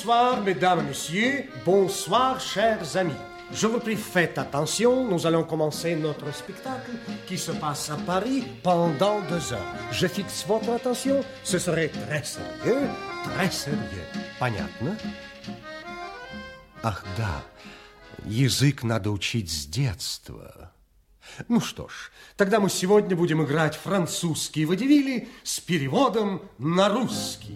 Bonsoir, mesdames et messieurs. Bonsoir, chers amis. Je vous prie, faites attention. Nous allons commencer notre spectacle qui se passe à Paris pendant 2 heures. Je fixe votre attention. Ce serait très sérieux, très sérieux. Понятно? Ах, да. Язык надо учить с детства. Ну что ж, тогда мы сегодня будем играть французские водевили с переводом на русский.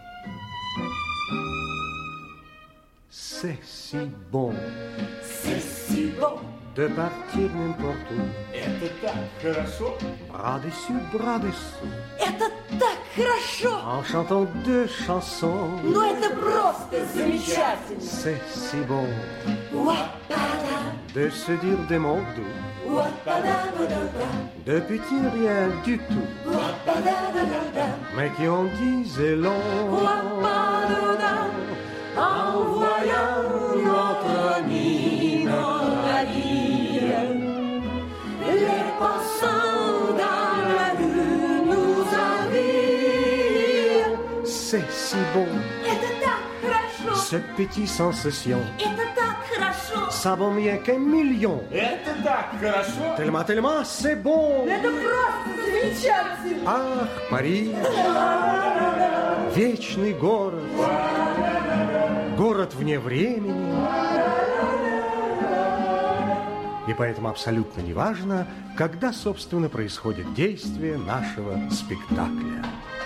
C'est si bon. C'est si bon. De partir n'importe où. Это так хорошо. Bras dessus, bras dessous. Это так хорошо. En chantant 2 chansons. Но это просто замечательно. C'est si bon. Уа-па-да. De se dire des mots doux. Уа-па-да-да-да-да. De petits rien du tout. Уа-па-да-да-да-да. Mais qui en disent long. Уа-па-да-да. En voyant notre ami, notre vie, les passants dans la rue nous envient. C'est si bon. Это так хорошо. Cette petite sensation. Это так хорошо. Ça vaut mieux qu'un million. Это так хорошо. Tellement, tellement, c'est bon. Это просто замечательно. Ах, Париж. Вечный город. Город вне времени. И поэтому абсолютно неважно, когда, собственно, происходит действие нашего спектакля.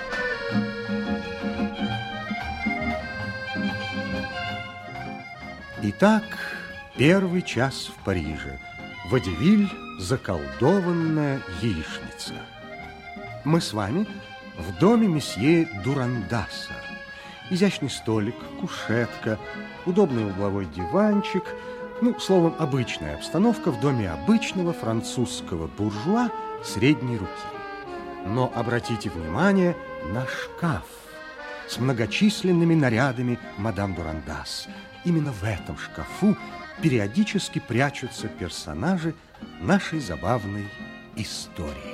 Итак, 1 час в Париже. Водевиль «Заколдованная яичница». Мы с вами в доме месье Дурандаса. Изящный столик, кушетка, удобный угловой диванчик. Ну, словом, обычная обстановка в доме обычного французского буржуа средней руки. Но обратите внимание на шкаф с многочисленными нарядами мадам Дурандас. Именно в этом шкафу периодически прячутся персонажи нашей забавной истории.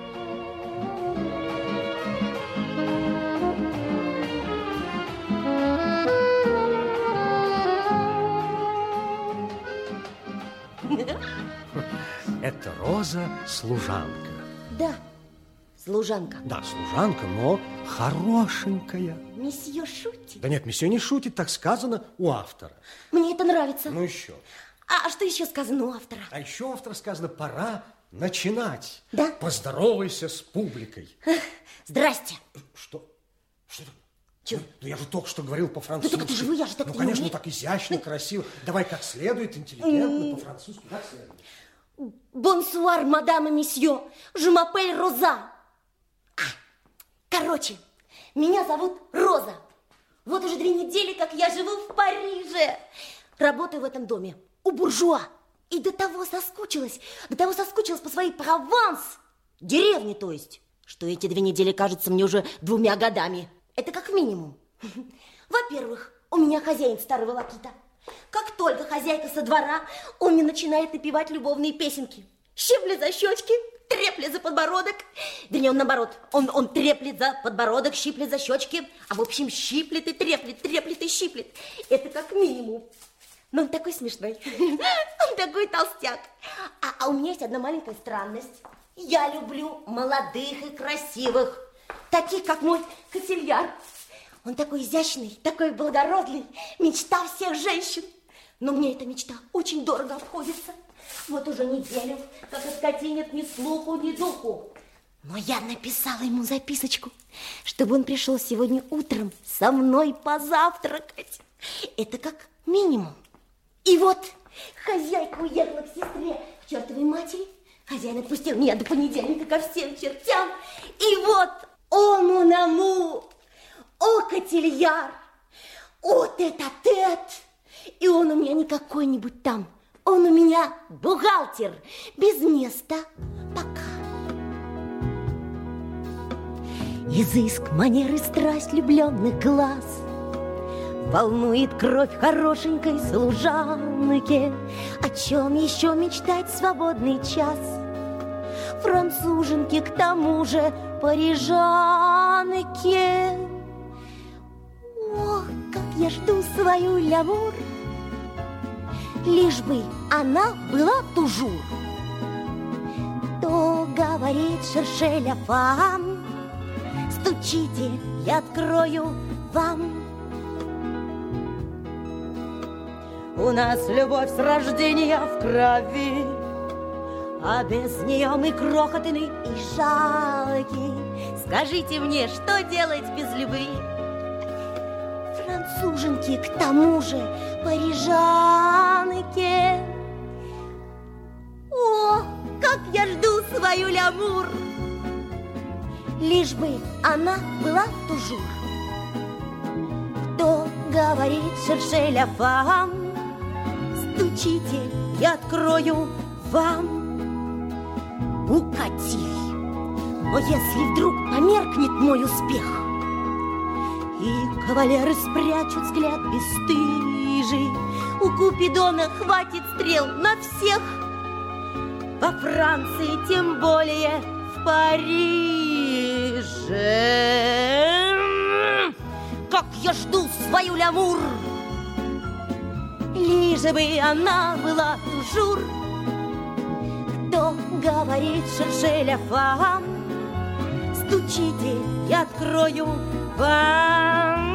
Это Роза, служанка. Да, служанка. Да, служанка, но хорошенькая. Месье шутит? Да нет, месье не шутит, так сказано у автора. Мне это нравится. Ну еще. А что еще сказано у автора? А еще у автора сказано, пора начинать. Да? Поздоровайся с публикой. Здрасте. Что? Что это? Чего? Ну, я же только что говорил по-французски. Ну, так это же вы, я же так Ну, не конечно, умею. так изящно, красиво. Давай как следует, интеллигентно, по-французски. Как следует. Бонсуар, мадам и месье. Je m'appelle Роза. Короче, меня зовут Роза. Вот уже 2 недели, как я живу в Париже. Работаю в этом доме у буржуа. И до того соскучилась по своей Прованс, деревне, то есть, что эти 2 недели кажутся мне уже 2 годами. Это как минимум. Во-первых, у меня хозяин старый волокита. Как только хозяйка со двора, он мне начинает напевать любовные песенки. Щиплет за щечки, треплет за подбородок. Вернее, он наоборот. Он треплет за подбородок, щиплет за щечки. А в общем, щиплет и треплет, треплет и щиплет. Это как минимум. Но он такой смешной. Он такой толстяк. А у меня есть одна маленькая странность. Я люблю молодых и красивых. Таких, как мой котельяр. Он такой изящный, такой благородный. Мечта всех женщин. Но мне эта мечта очень дорого обходится. Вот уже неделю, как от коти нет ни слуху, ни духу. Но я написала ему записочку, чтобы он пришел сегодня утром со мной позавтракать. Это как минимум. И вот хозяйка уехала к сестре, к чертовой матери. Хозяин отпустил меня до понедельника ко всем чертям. И вот, о, мон амур, о, котельяр, о, тет-а-тет. И он у меня не какой-нибудь там. Он у меня бухгалтер, без места пока. Изыск, манеры, страсть влюбленных глаз волнует кровь хорошенькой служанки. О чем еще мечтать в свободный час? Француженки, к тому же парижанке. Ох, как я жду свою лямур, лишь бы она была тужур. То говорит Шершеля вам, стучите, я открою вам. У нас любовь с рождения в крови, а без нее мы крохотны и жалки. Скажите мне, что делать без любви? Француженки, к тому же парижанки. О, как я жду свою лямур, лишь бы она была тужур. Кто говорит Шершеля вам, стучите, я открою вам. Укати. Но если вдруг померкнет мой успех, и кавалеры спрячут взгляд бесстыжий, у Купидона хватит стрел на всех. Во Франции, тем более в Париже. Как я жду свою лямур, лишь бы она была тужур. Кто говорит Шершеля вам, стучите, я открою вам.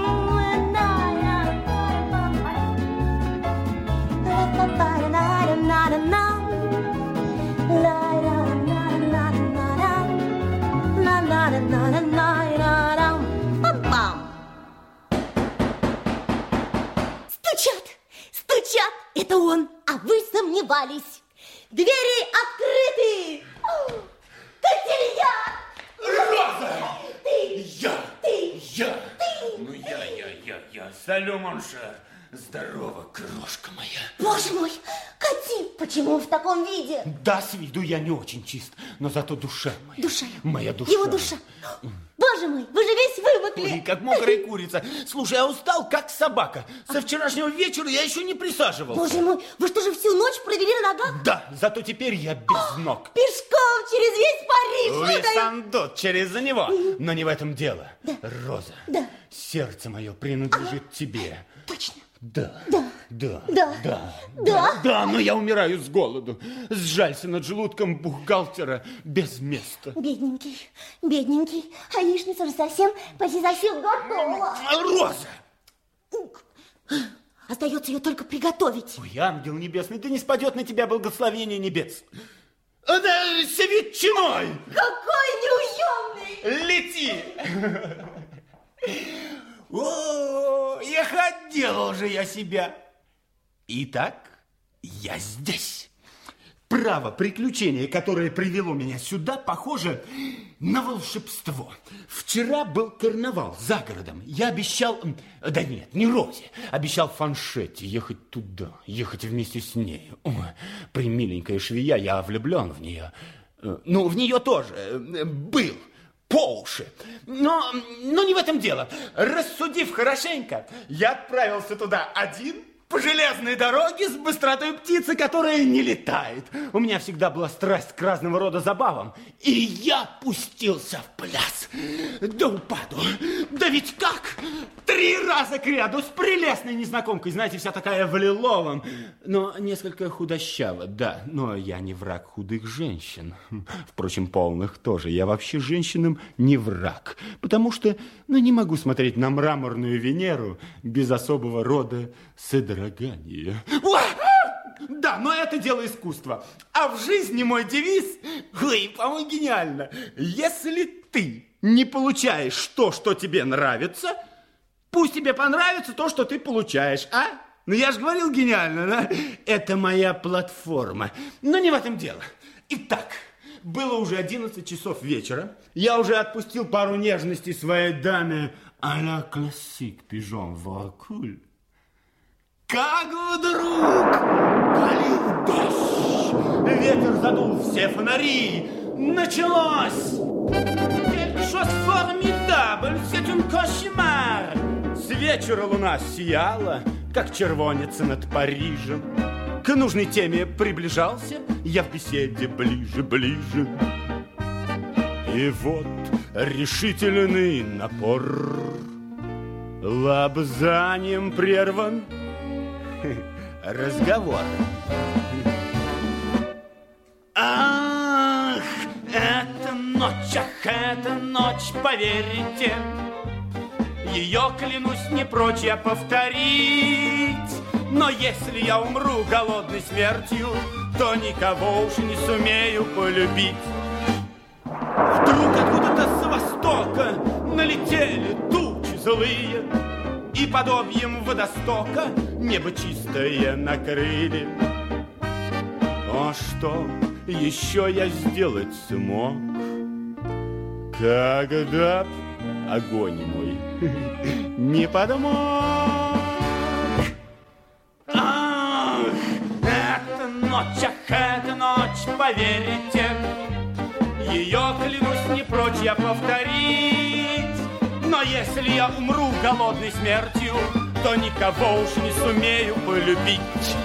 Стучат, стучат, это он, а вы сомневались. Двери открыты! Котелья! Роза! Ты! Я! Ну, я. Салю, моншер. Здорово, крошка моя. Боже мой, Кати, почему в таком виде? Да, с виду я не очень чист, но зато душа моя. Душа. Моя душа. Его душа. Боже мой, вы же весь вымокли. Ой, как мокрая курица. Слушай, я устал, как собака. Со вчерашнего вечера я еще не присаживался. Боже мой, вы что же всю ночь провели на ногах? Да, зато теперь я без ног. Пешком через весь Париж. Весь Андот через-за него. Но не в этом дело. Да. Роза, Да. сердце мое принадлежит тебе. Точно. Да. Да. Да. Да. Да. Да. Да, но я умираю с голоду. Сжалься над желудком бухгалтера без места. Бедненький, бедненький. А яичница уже почти совсем готова. Роза! Остается ее только приготовить. Ой, ангел небесный, да не спадет на тебя благословение небес. Да, с ветчиной! Какой неуемный! Лети! О, и хотел же я себя. Итак, я здесь. Право, приключение, которое привело меня сюда, похоже на волшебство. Вчера был карнавал за городом. Я обещал... Да нет, не Розе. Обещал Фаншетте ехать туда, ехать вместе с ней. Ой, примиленькая швея, я влюблен в нее. Ну, в нее тоже был. По уши. Но не в этом дело. Рассудив хорошенько, я отправился туда один по железной дороге с быстротой птицы, которая не летает. У меня всегда была страсть к разного рода забавам. И я пустился в пляс. До упаду. Да ведь как? 3 раза кряду с прелестной незнакомкой. Знаете, вся такая в лиловом. Но несколько худощава, да. Но я не враг худых женщин. Впрочем, полных тоже. Я вообще женщинам не враг. Потому что, не могу смотреть на мраморную Венеру без особого рода содрогания. Да, но это дело искусства. А в жизни мой девиз, по-моему, гениально. Если ты не получаешь то, что тебе нравится, пусть тебе понравится то, что ты получаешь, а? Ну, я же говорил гениально, да? Это моя платформа. Но не в этом дело. Итак, было уже 11 часов вечера. Я уже отпустил пару нежностей своей даме а ла классик пижон вакуль. Как вдруг полил дождь, ветер задул все фонари, началось! Quelque chose formidable, c'est un cauchemar! С вечера луна сияла, как червонец над Парижем. К нужной теме приближался я в беседе ближе. И вот решительный напор. лобзанием прерван разговор. Ах, эта ночь, поверите, ее, клянусь, не прочь я повторить. Но если я умру голодной смертью, то никого уж не сумею полюбить. Вдруг откуда-то с востока налетели тучи злые, и подобием водостока небо чистое накрыли. А что еще я сделать смог, когда б огонь мой не подмог? Ах, эта ночь, поверите, ее, клянусь, не прочь я повторить. Но если я умру голодной смертью, то никого уж не сумею полюбить.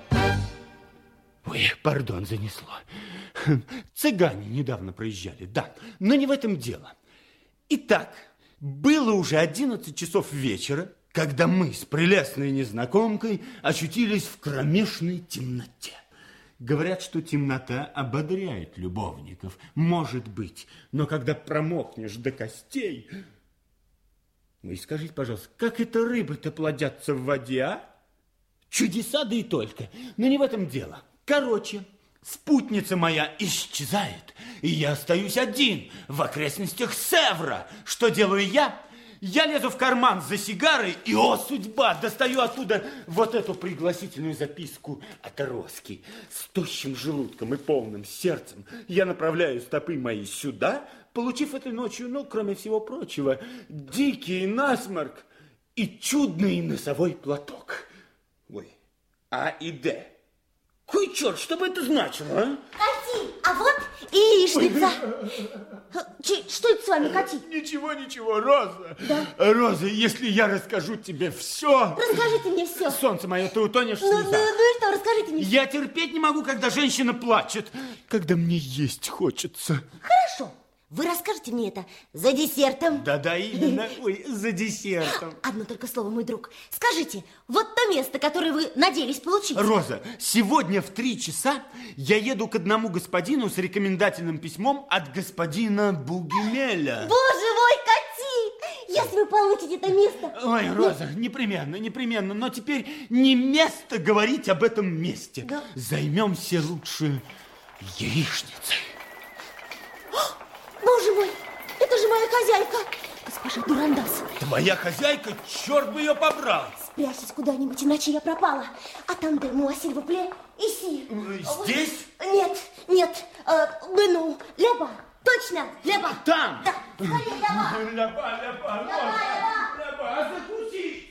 Ой, пардон, занесло. Цыгане недавно проезжали, да, но не в этом дело. Итак, было уже 11 часов вечера, когда мы с прелестной незнакомкой очутились в кромешной темноте. Говорят, что темнота ободряет любовников. Может быть, но когда промокнешь до костей... Вы скажите, пожалуйста, как это рыбы-то плодятся в воде, а? Чудеса, да и только. Но не в этом дело. Короче, спутница моя исчезает, и я остаюсь один в окрестностях Севра. Что делаю я? Я лезу в карман за сигарой и, о, судьба, достаю оттуда вот эту пригласительную записку от Роски. С тощим желудком и полным сердцем я направляю стопы мои сюда, получив этой ночью, ну, кроме всего прочего, дикий насморк и чудный носовой платок. Ой, А и Д. Кой черт, что бы это значило, а? Кати, а вот и яичница. Что это с вами, Кати? Ничего, Роза. Да? Роза, если я расскажу тебе все... Расскажите мне все. Солнце мое, ты утонешь в Ну слезах. и что, расскажите мне. Я терпеть не могу, когда женщина плачет, когда мне есть хочется. Хорошо. Вы расскажете мне это за десертом. Да, именно. Ой, за десертом. Одно только слово, мой друг. Скажите, вот то место, которое вы надеялись получить. Роза, сегодня в 3 часа я еду к одному господину с рекомендательным письмом от господина Бугемеля. Боже мой, Кати! Если вы получите это место... Ой, Роза, непременно. Но теперь не место говорить об этом месте. Да. Займемся лучше яичницей. Боже мой, это же моя хозяйка, госпожа Дурандас. Твоя хозяйка, черт бы ее побрал. Спрячьтесь куда-нибудь, иначе я пропала. Attendez moi, s'il vous plaît, ici. Здесь? Нет, ну, là-bas. Точно, là-bas. Там? Да, скорее, là-bas. Ля-ба, закусить.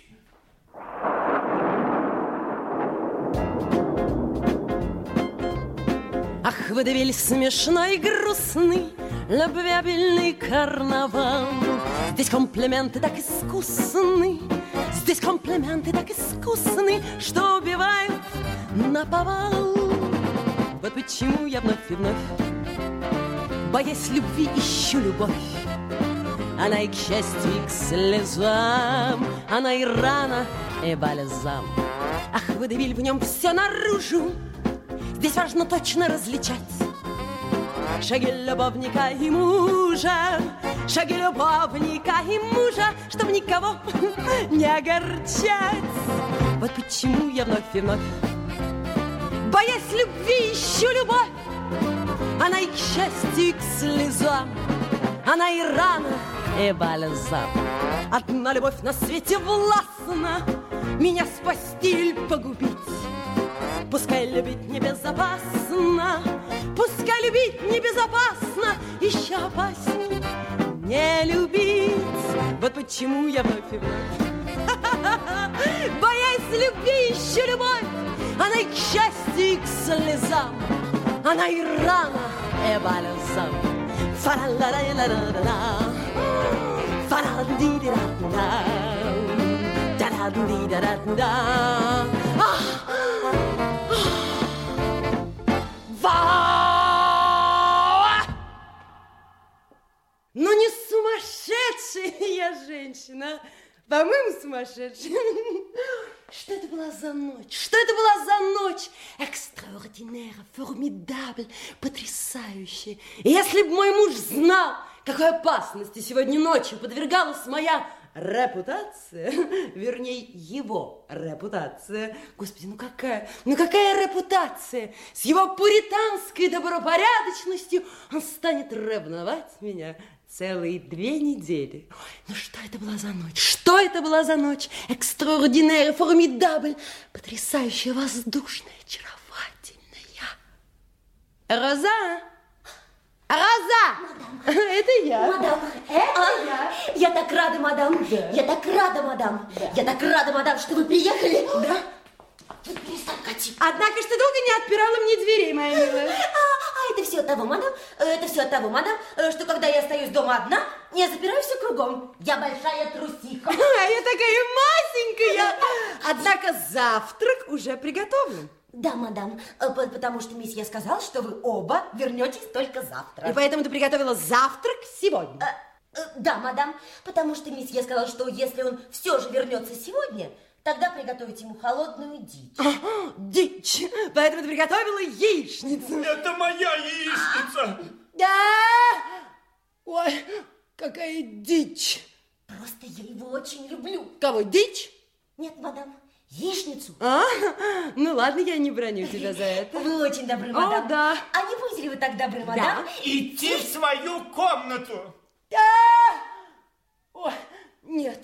Ах, водевиль смешной и грустный, любвеобильный карнавал. Здесь комплименты так искусны, здесь комплименты так искусны, что убивают наповал. Вот почему я вновь и вновь, боясь любви, ищу любовь. Она и к счастью, и к слезам, она и рана, и бальзам. Ах, водевиль, в нем все наружу, здесь важно точно различать шаги любовника и мужа, шаги любовника и мужа, чтобы никого не огорчать. Вот почему я вновь и вновь, боясь любви, ищу любовь. Она и к счастью, и к слезам, она и рана, и бальзам. Одна любовь на свете властна меня спасти или погубить. Пускай любить небезопасно, пускай любить небезопасно, еще опасней не любить. Вот почему я вновь и вновь, боясь любви, ищу любовь. Она и к счастью, и к слезам, она и рана, и бальзам. Фа-ла-ла-ла-ла-ла-ла, фа-ла-ди-ди-ра-да, да-да-ди-да-да-да. Ну не сумасшедшая я женщина, По-моему, сумасшедший. Что это была за ночь? Что это была за ночь? Экстраординэра, формидабль, потрясающая. Если бы мой муж знал, какой опасности сегодня ночью подвергалась моя репутация, вернее, его репутация. Господи, ну какая репутация? С его пуританской добропорядочностью он станет ревновать меня целые 2 недели. Ой, ну что это была за ночь? Что это была за ночь? Экстраординэра, формидабль, потрясающая, воздушная, очаровательная. Роза! Роза! Мадам. Это я. Мадам, это я. Я так рада, мадам. Да. Я так рада, мадам. Да. Я так рада, мадам, что вы приехали. Да. Ты перестань катить. Однако, что долго не отпирала мне дверей, моя милая. Это все от того, мадам, это все от того, мадам, что когда я остаюсь дома одна, я запираю все кругом. Я большая трусиха. Я такая масенькая. Однако завтрак уже приготовлен. Да, мадам, потому что месье сказал, что вы оба вернетесь только завтра. И поэтому ты приготовила завтрак сегодня? Да, мадам, потому что месье сказал, что если он все же вернется сегодня, тогда приготовить ему холодную дичь. Дичь. Поэтому ты приготовила яичницу. Это моя яичница. Да. Ой, какая дичь. Просто я его очень люблю. Кого, дичь? Нет, мадам, яичницу. Ну ладно, я не броню тебя за это. Вы очень добры, мадам. О, да. А не будете ли вы так добры, мадам? Идти в свою комнату. Ой, нет.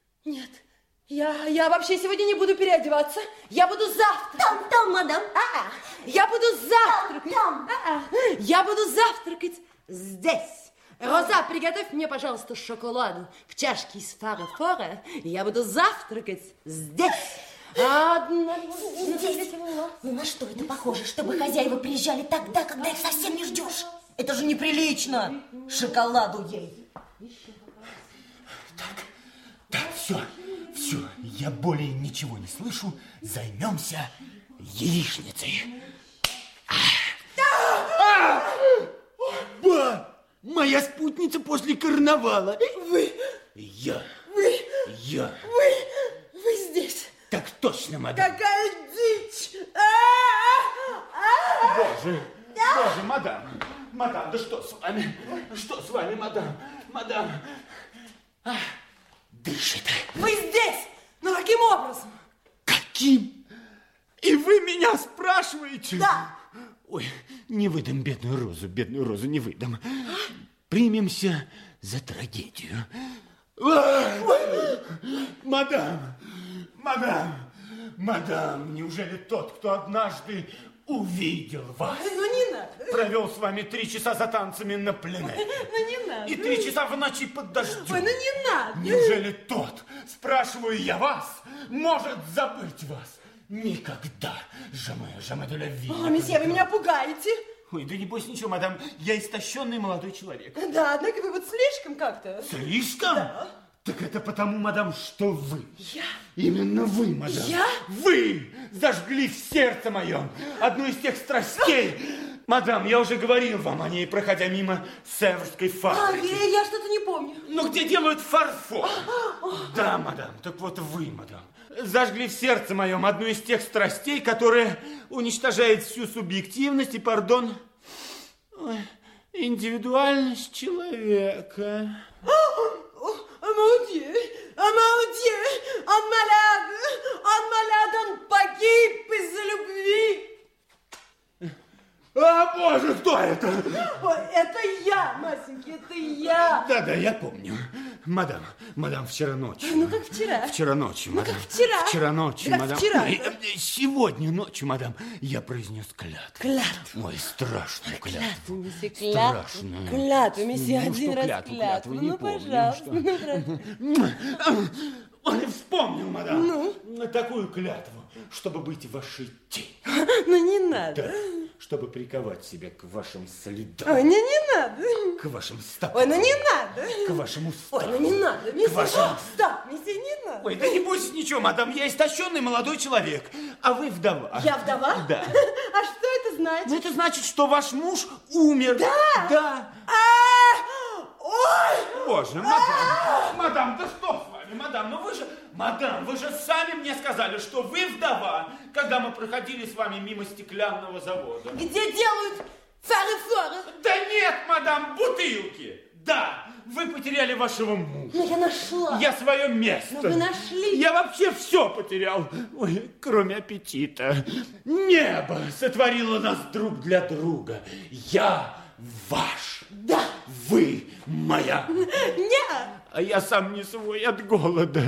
Я вообще сегодня не буду переодеваться. Я буду завтракать. Там, мадам. Я буду завтракать. Там. Я буду завтракать здесь. Роза, приготовь мне, пожалуйста, шоколаду в чашке из фара-фора. Я буду завтракать здесь. Здесь. Ну на что это похоже, чтобы хозяева приезжали тогда, когда их совсем не ждешь? Это же неприлично. Шоколаду ей. Так, все, я более ничего не слышу. Займемся яичницей. Моя спутница после карнавала. Вы здесь. Так точно, мадам. Какая дичь! Боже, мадам, да что с вами? Что с вами, мадам? Дышит. Вы здесь! Но каким образом? Каким? И вы меня спрашиваете? Да. Ой, не выдам бедную розу не выдам. Примемся за трагедию. Мадам, неужели тот, кто однажды увидел вас, Не надо. провел с вами 3 часа за танцами на пленэре Не надо. и 3 часа в ночи под дождем? Не надо. Неужели тот, спрашиваю я вас, может забыть вас? Никогда. Jamais de la vie. Месье, вы меня пугаете. Ой, да не бойся ничего, мадам, я истощенный молодой человек. Да, однако вы вот слишком как-то. Слишком? Да. Так это потому, мадам, что вы. Я? Именно вы, мадам. Я? Вы зажгли в сердце моем одну из тех страстей. Мадам, я уже говорил вам о ней, проходя мимо Севрской фабрики. Я что-то не помню. Ну, где делают фарфор. Да, мадам, так вот вы, мадам, зажгли в сердце моем одну из тех страстей, которая уничтожает всю субъективность и, индивидуальность человека. Он погиб из-за любви. Боже, кто это? Это я, Масенька, это я. Да, я помню. Мадам, вчера ночью. Ну, как вчера? Вчера ночью, мадам. Как вчера? Вчера ночью, Как мадам. вчера? Сегодня ночью, мадам, я произнес клятву. Клятву? Ой, страшную клятву. Клятву, месье, клятву. Страшную. Клятву, месье, Ну, один что раз клятву. не Ну, помню, пожалуйста. Он вспомнил, мадам. Такую клятву, чтобы быть вашей тенью. Не надо. Да, чтобы приковать себя к вашим следам. Ой, не надо. К вашим стопам. Ой, не надо. К вашему стопам. Ой, не надо, месье. вашим- Стоп, месье, не надо. Ой, да не бойтесь ничего, мадам, я истощенный молодой человек, а вы вдова. Я вдова? Да. А что это значит? Ну, это значит, что ваш муж умер. Да? Да. Ой! Боже, мадам, да что с вами? прекрасная мадам, но вы же сами мне сказали, что вы вдова, когда мы проходили с вами мимо стеклянного завода. Где делают фары-фары? Да нет, мадам, бутылки. Да, вы потеряли вашего мужа. Ну, я нашла. Я свое место. Ну, вы нашли. Я вообще все потерял, ой, кроме аппетита. Небо сотворило нас друг для друга. Я ваш. Да. Вы моя. Нет. А я сам не свой от голода.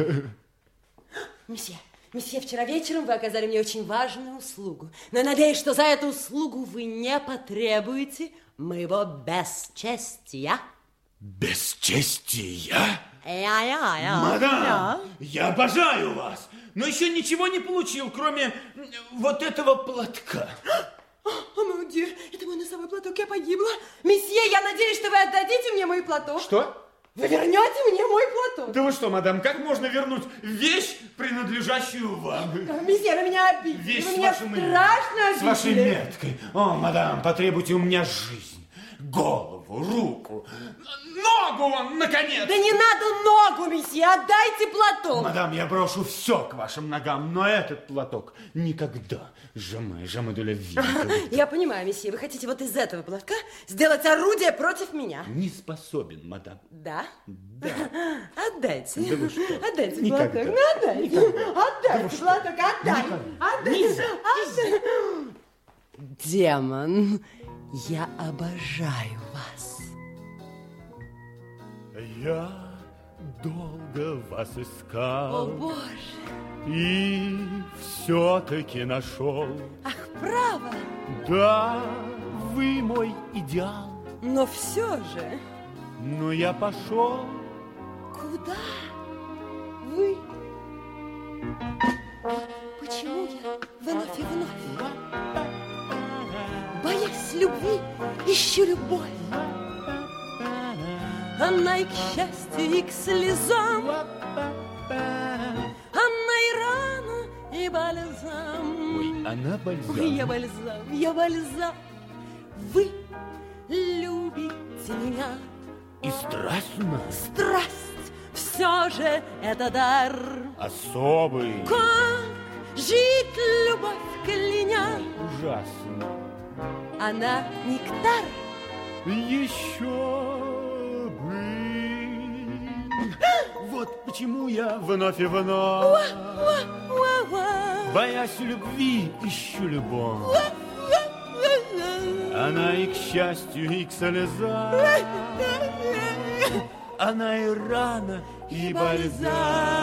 Месье, вчера вечером вы оказали мне очень важную услугу. Но я надеюсь, что за эту услугу вы не потребуете моего бесчестия. Бесчестия? Мадам, я обожаю вас, но еще ничего не получил, кроме вот этого платка. О, мой Dieu, это мой носовой платок, я погибла. Месье, я надеюсь, что вы отдадите мне мой платок. Что? Вы вернете мне мой платок. Да вы что, мадам, как можно вернуть вещь, принадлежащую вам? Месье, вы меня обидели. Вещь Вы с меня вашим страшно обидели. С вашей меткой. О, мадам, потребуйте у меня жизнь, голову, руку, ногу вам, наконец. Да не надо ногу, месье, отдайте платок. Мадам, я брошу все к вашим ногам, но этот платок никогда. Jamais de la vie. Я понимаю, месье, вы хотите вот из этого платка сделать орудие против меня. Не способен, мадам. Да? Да. Отдайте. Да вы что? Отдайте Никогда. платок. Ну, отдайте. Отдайте платок, отдай. Отдайте. Отдай. Демон, я обожаю вас. Я долго вас искал. О, Боже. И все-таки нашел. Ах, право. Да, вы мой идеал. Но все же. Но я пошел. Куда вы? Почему я вновь и вновь, боясь любви, ищу любовь? Она и к счастью, и к слезам, она и рана, и бальзам. Ой, она бальзам. Ой, я бальзам. Вы любите меня. И страстно. Страсть, все же это дар. Особый. Как жить любовь кляня? Ужасно. Она нектар. Еще бы. Вот почему я вновь и вновь, боясь любви, ищу любовь. Она и к счастью, и к слезам, она и рана, и бальзам.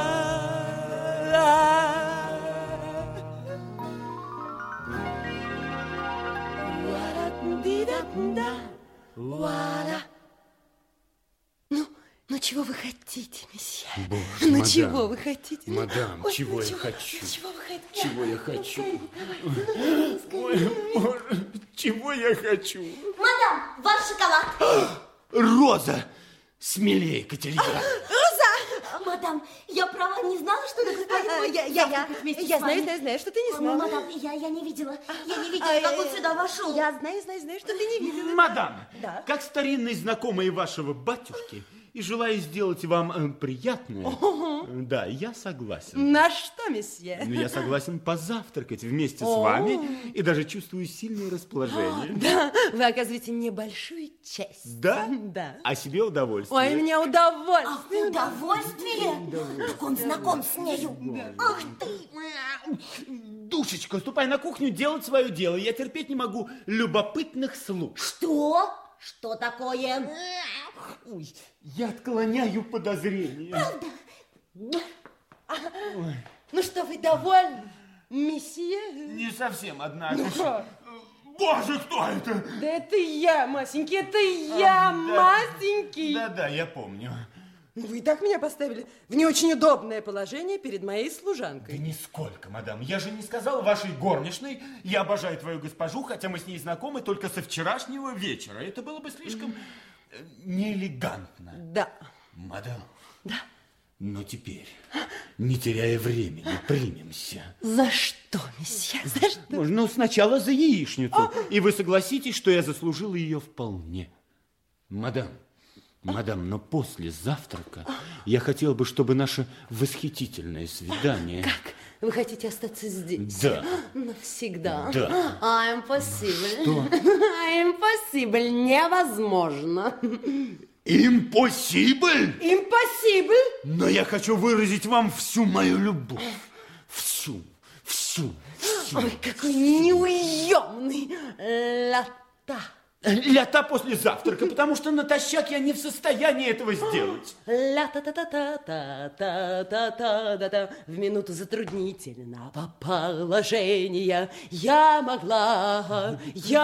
Ну, чего вы хотите, месье? Боже, ну, мадам. чего вы хотите? Мадам, Ой, чего я чего- хочу? Чего вы хотите? Чего я хочу? Давайте, Ой, Боже, чего я хочу? Мадам, ваш шоколад. Роза, смелее, Катерина. Мадам, я право не знала, что это господин будет завтракать вместе с Я вами. знаю, что ты не Ну, знала. мадам, я не видела. Я не видела, как он сюда вошел. Я знаю, что ты не видела. Мадам, Да. как старинный знакомый вашего батюшки, и желаю сделать вам приятное, да, я согласен. На что, месье? Но я согласен позавтракать вместе с вами и даже чувствую сильное расположение. Да, вы оказываете небольшую честь. Да? Да. А себе удовольствие. Ой, мне удовольствие. Удовольствие? Так он знаком с нею. Ах ты! Душечка, ступай на кухню делать свое дело. Я терпеть не могу любопытных слуг. Что? Что такое? Ой, я отклоняю подозрения. Ну что, вы довольны, месье? Не совсем, однако. Боже, кто это? Да это я, Масенький, это я, Масенький. Да, я помню. Вы и так меня поставили в не очень удобное положение перед моей Да служанкой. нисколько, мадам. Я же не сказал вашей горничной, я обожаю твою госпожу, хотя мы с ней знакомы только со вчерашнего вечера. Это было бы слишком неэлегантно. Да. Мадам. Да. Но теперь, не теряя времени, примемся. За что, месье? За что? Ну, сначала за яичницу. И вы согласитесь, что я заслужила ее вполне. Мадам, Мадам, но после завтрака я хотел бы, чтобы наше восхитительное свидание... Как? Вы хотите остаться здесь? Да. Навсегда? Да. Impossible. Что? Impossible. Невозможно. Impossible? Impossible? Но я хочу выразить вам всю мою любовь. Всю. Ой, какой неуемный ля-та. Ля-та после завтрака, потому что натощак я не в состоянии этого сделать. Ля-та-та-та-та-та-та-та-та. В минуту затруднительного положения я могла.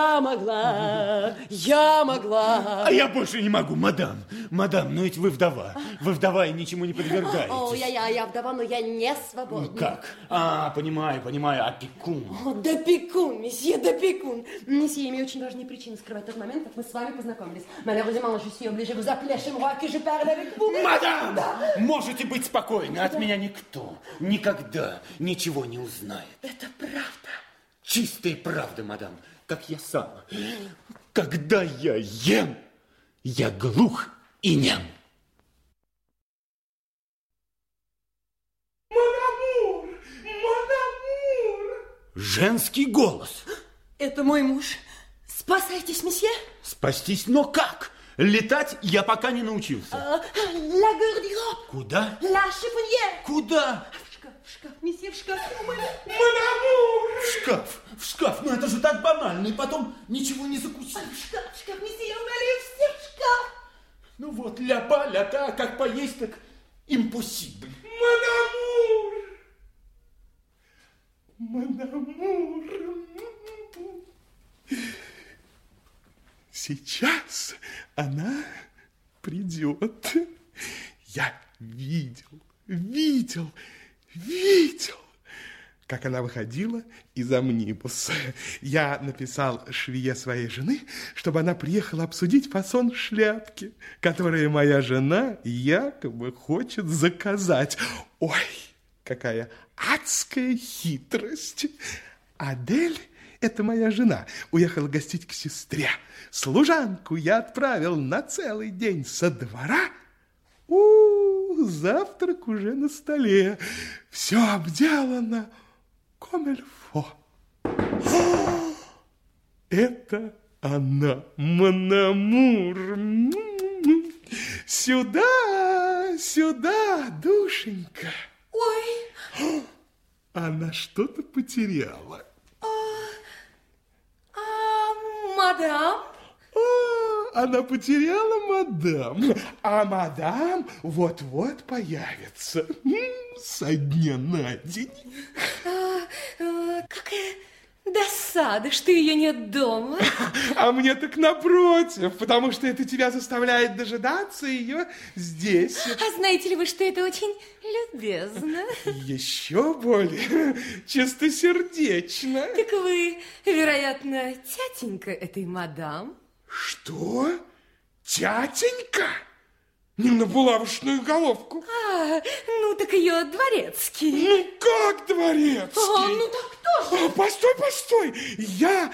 А я больше не могу, мадам. Мадам, но ведь вы вдова. Вы вдова и ничему не подвергаетесь. О, я вдова, но я не свободна. Как? Понимаю, опекун. О, допекун, месье допекун. Месье, имею очень важные причины скрывать тот момент, как мы с вами познакомились. Malheureusement, je suis obligée vous appeler chez moi, que je parle avec vous. Мадам, можете быть спокойны. От меня никто никогда ничего не узнает. Это правда. Чистая правда, мадам. Как я сам. Когда я ем, я глух и нем. Мадамур! Женский голос. Это мой муж. Спасайтесь, месье. Спастись, но как? Летать я пока не научился. La garde-robe. Куда? La chiffonnière. Куда? В шкаф, месье, в шкаф. В шкаф. Ну это же так банально. И потом ничего не закусишь. В шкаф, месье, я умоляю, все в шкаф. Ну вот, ля-па, ля-та, как поесть, так impossible. Мадамур! Сейчас она придет. Я видел, как она выходила из амнибуса. Я написал швее своей жены, чтобы она приехала обсудить фасон шляпки, которую моя жена якобы хочет заказать. Ой, какая адская хитрость! Адель, это моя жена, уехала гостить к сестре. Служанку я отправил на целый день со двора. Завтрак уже на столе. Все обделано комильфо. Это она, Монамур. Сюда, душенька. Ой. Она что-то потеряла. Мадам? Она потеряла мадам. А мадам вот-вот появится. Со дня на день. Какая досада, что ее нет дома. А мне так напротив, потому что это тебя заставляет дожидаться ее здесь. А знаете ли вы, что это очень любезно? Еще более чистосердечно. Так вы, вероятно, тятенька этой мадам? Что? Тятенька? Не на булавочную головку. Ну так ее дворецкий. Ну как дворецкий? Ну так кто же? Постой. Я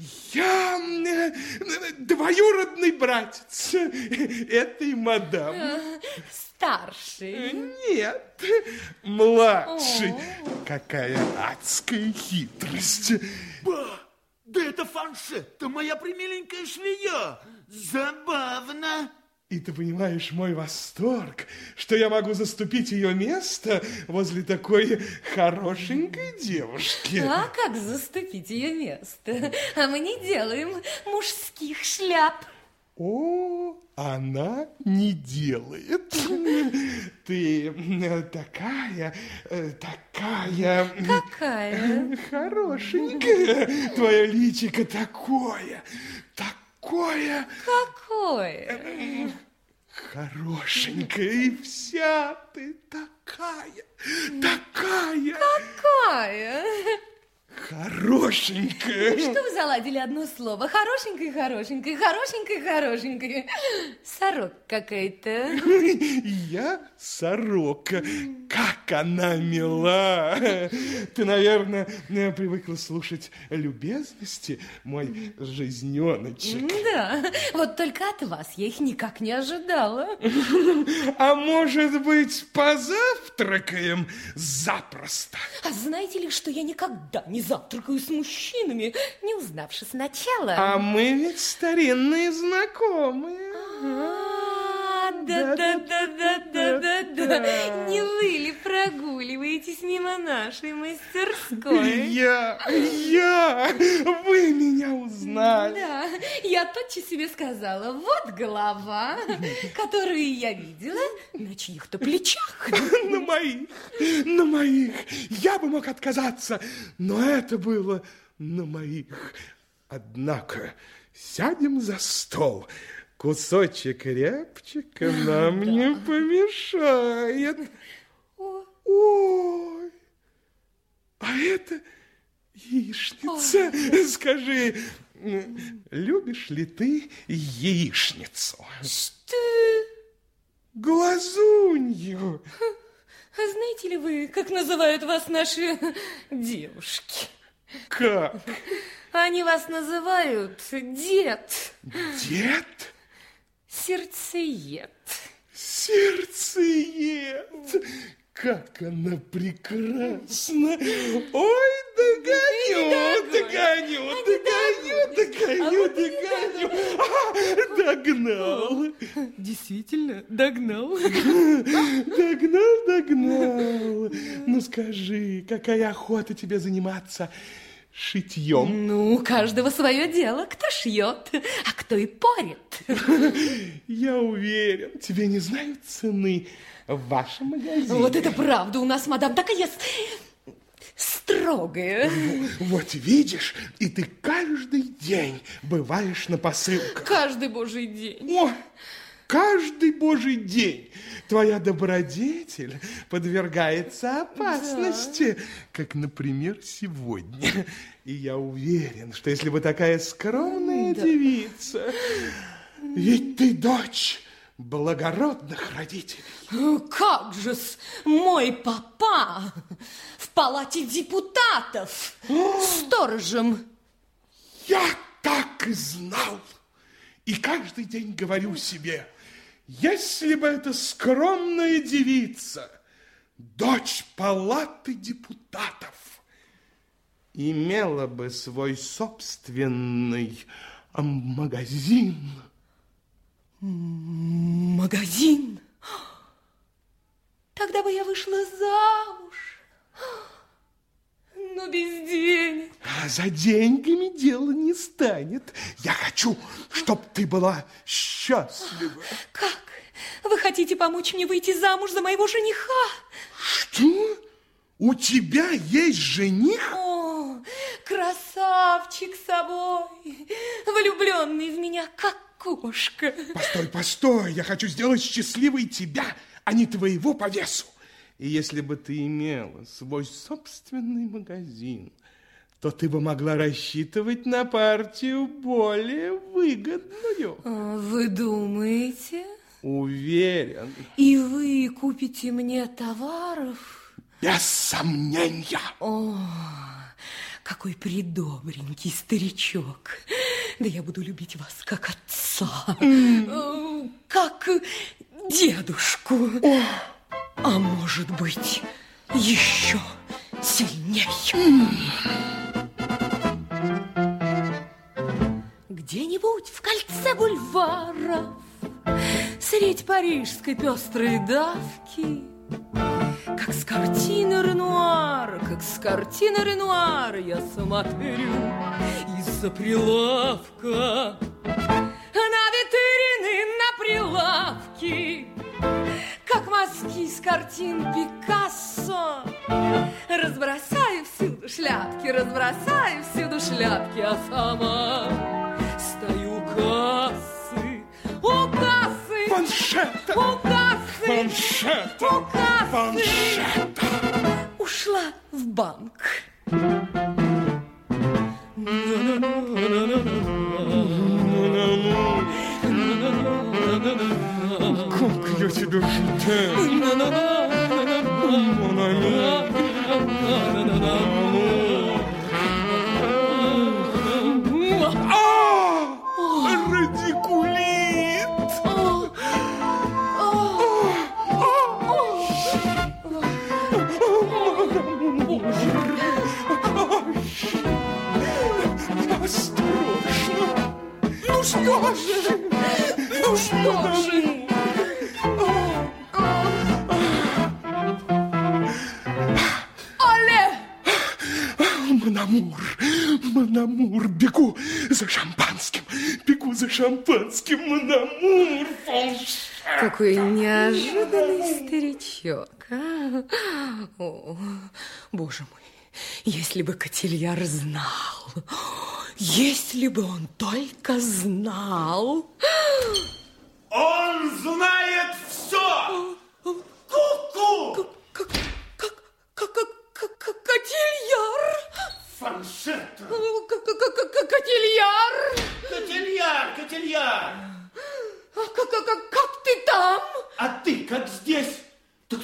двоюродный братец этой мадам. Старший. Нет, младший. Какая адская хитрость. Да это фаншетта, моя примиленькая швея. Забавно. И ты понимаешь мой восторг, что я могу заступить ее место возле такой хорошенькой девушки. А как заступить ее место? А мы не делаем мужских шляп. О, она не делает. Ты такая Какая? хорошенькая. Твое личико такое. Какое? Хорошенькая, и вся ты такая. Какая? Хорошенькая. Что вы заладили одно слово? Хорошенькая. Сорок какая-то. Я сорока. Как как она мила! Ты, наверное, привыкла слушать любезности, мой жизненочек. Да, вот только от вас я их никак не ожидала. А может быть, позавтракаем запросто? А знаете ли, что я никогда не завтракаю с мужчинами, не узнавши сначала? А мы ведь старинные знакомые. Да. Не вы ли прогуливаетесь мимо нашей мастерской? Вы меня узнали. Да, я тотчас себе сказала, вот голова, которую я видела на чьих-то плечах. На моих. Я бы мог отказаться, но это было на моих. Однако сядем за стол. Кусочек рябчика нам не помешает. Ой, а это яичница. Скажи, любишь ли ты яичницу? Что? Глазунью. А знаете ли вы, как называют вас наши девушки? Как? Они вас называют дед. Дед? Сердцеед. Сердцеед. Как она прекрасна. Ой, догоню. Догнал. Действительно, догнал. Догнал. Ну, скажи, какая охота тебе заниматься шитьем? Ну, у каждого свое дело. Кто шьет, а кто и порет. Я уверен, тебе не знают цены в вашем магазине. Вот это правда. У нас мадам такая строгая. Вот видишь, и ты каждый день бываешь на посылках. Каждый божий день. О, каждый божий день твоя добродетель подвергается опасности, как, например, сегодня. И я уверен, что если бы такая скромная девица, ведь ты дочь благородных родителей. Как же-с, мой папа в палате депутатов сторожем. Я так и знал. И каждый день говорю себе, если бы эта скромная девица, дочь палаты депутатов, имела бы свой собственный магазин. Магазин? Тогда бы я вышла замуж. Но без денег. А за деньгами дело не станет. Я хочу, чтобы ты была счастлива. Как? Вы хотите помочь мне выйти замуж за моего жениха? Что? У тебя есть жених? О, красавчик собой, влюбленный в меня, как кошка. Постой, я хочу сделать счастливой тебя, а не твоего по весу. И если бы ты имела свой собственный магазин, то ты бы могла рассчитывать на партию более выгодную. Вы думаете? Уверен. И вы купите мне товаров? Без сомнения. О, какой придобренький старичок. Да я буду любить вас как отца, как дедушку. А может быть, еще сильнее. Где-нибудь в кольце бульваров, средь парижской пестрой давки, как с картины Ренуара, я смотрю из-за прилавка на витрины, на прилавки, как мазки с картин Пикассо. Разбросаю всюду шляпки, а сама стою у кассы. Фаншета. Ушла в банк. Как я тебя ждал. Боже! Ну что же? Оле! Монамур, бегу за шампанским, Монамур. Какой неожиданный старичок, а? О, боже мой, если бы Котильяр знал, если бы он только знал. Он знает все! Ку-ку! Котильяр! Фаншетта! Котильяр! Котильяр! Как ты там? А ты как здесь? Так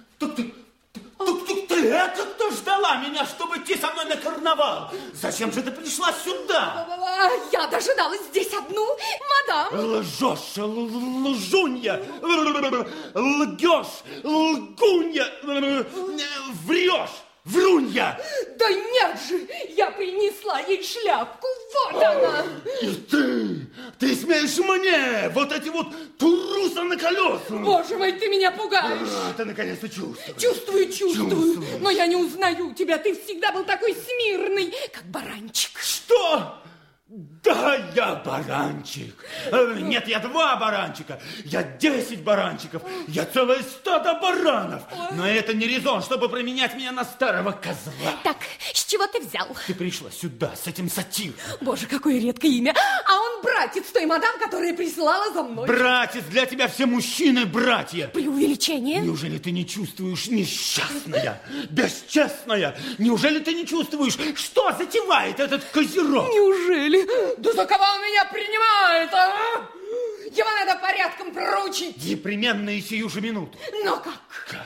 ты это кто ждала меня, чтобы идти со мной на карнавал? Зачем же ты пришла сюда? Я дожидалась здесь одну, мадам. Лжешь, лжунья, лгешь, лгунья, врешь, врунья. Да нет же, я принесла ей шляпку, вот она. И ты смеешь мне вот эти вот турусы на колесах? Боже мой, ты меня пугаешь. Ты наконец-то чувствуешь. Чувствую, но я не узнаю тебя, ты всегда был такой смирный, как баранчик. Что? Да, я баранчик. Нет, я 2 баранчика. Я 10 баранчиков. Я целое стадо баранов. Но это не резон, чтобы променять меня на старого козла. Так, с чего ты взял? Ты пришла сюда с этим сатиром. Боже, какое редкое имя. А он братец той мадам, которая присылала за мной. Братец, для тебя все мужчины братья. Преувеличение? Неужели ты не чувствуешь, несчастная, бесчестная? Неужели ты не чувствуешь, что затевает этот козерог? Неужели? Да за кого он меня принимает, а? Его надо порядком проучить. Непременно и сию же минуту. Но как?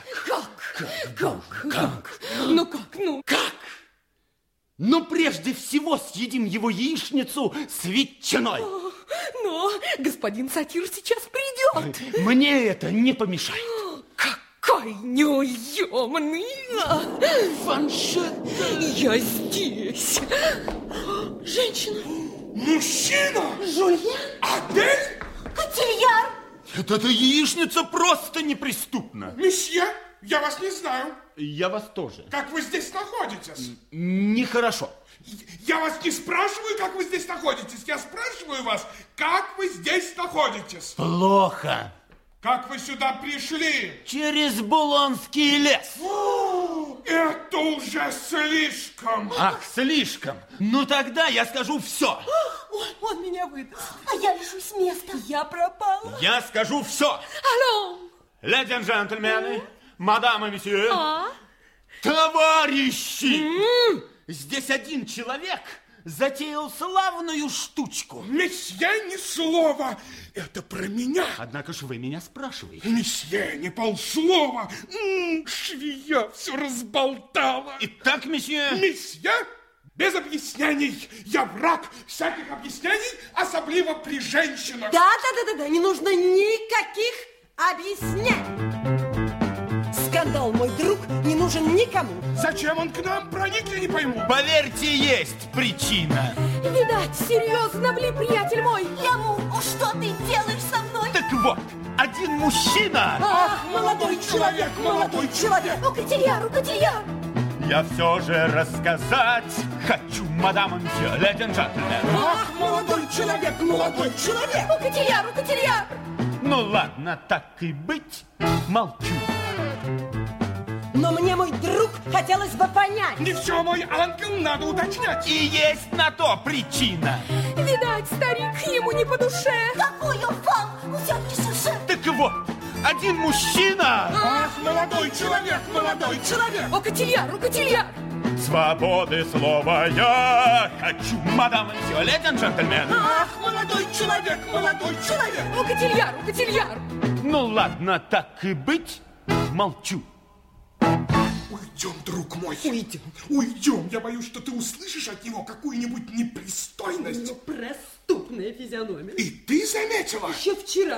Как? Ну как? Но прежде всего съедим его яичницу с ветчиной. Но господин сатир сейчас придет. Мне это не помешает. Какой неуемный. Фаншетта. Я здесь. Женщина. Мужчина? Жульен? Адель? Котильяр! Эта яичница просто неприступна. Месье, я вас не знаю. Я вас тоже. Как вы здесь находитесь? Нехорошо. Я вас не спрашиваю, как вы здесь находитесь. Я спрашиваю вас, как вы здесь находитесь. Плохо. Как вы сюда пришли? Через Булонский лес. О, это уже слишком. Ах, слишком. Ну тогда я скажу все. Ой, он меня выдаст. А я лишусь места. Я пропала. Я скажу все. Алло. Леди и джентльмены, мадам и месье, товарищи, здесь один человек затеял славную штучку. Месье, ни слова. Это про меня. Однако ж вы меня спрашиваете. Месье, не полслова. Швея все разболтала. Итак, месье... Месье, без объяснений. Я враг всяких объяснений, особливо при женщинах. Да, не нужно никаких объяснений. Скандал, мой друг, не нужен никому. Зачем он к нам проник, я не пойму. Поверьте, есть причина. Видать, серьезно влип, приятель мой. Ляму, что ты делаешь со мной? Так вот, один мужчина... Ах, молодой человек. О, Котильяр! Я все же рассказать хочу, мадам и месье, леди и джентльмены. Ах, молодой человек. О, Котильяр! Ну ладно, так и быть, молчу. Но мне, мой друг, хотелось бы понять. Не все, мой ангел, надо уточнять. И есть на то причина. Видать, старик ему не по душе. Какой он вам? Все-таки сюжет. Так вот, один мужчина... Ах, молодой человек. О, Котильяр. Свободы слова я хочу, мадам и месье, леди и джентльмены. Ах, молодой человек. О, Котильяр. Ну ладно, так и быть, молчу. Уйдем, друг мой. Уйдем. Я боюсь, что ты услышишь от него какую-нибудь непристойность. Преступная физиономия. И ты заметила? Еще вчера.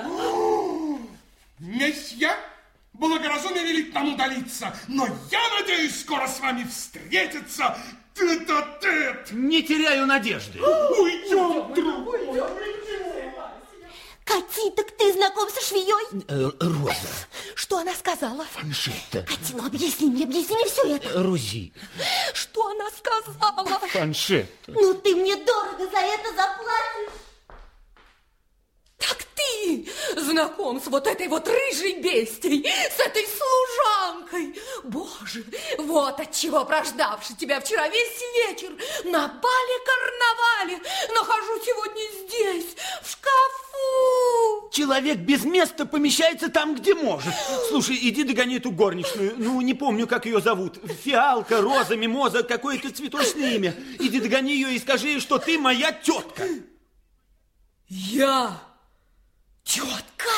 Месье, благоразумие велит нам удалиться, но я надеюсь скоро с вами встретиться тет-а-тет. Не теряю надежды. Уйдем, друг мой. знаком со швеей? Роза. Что она сказала? Фаншетта. Катя, ну объясни мне все это. Рузи. Что она сказала? Фаншетта. Ну ты мне дорого за это заплатишь. Так ты знаком с вот этой вот рыжей бестией, с этой служанкой. Боже, вот отчего, прождавши тебя вчера весь вечер на бале-карнавале, нахожу сегодня здесь, в шкафу. Человек без места помещается там, где может. Слушай, иди догони эту горничную. Ну, не помню, как ее зовут. Фиалка, Роза, Мимоза, какое-то цветочное имя. Иди догони ее и скажи ей, что ты моя тетка. Я... Тетка?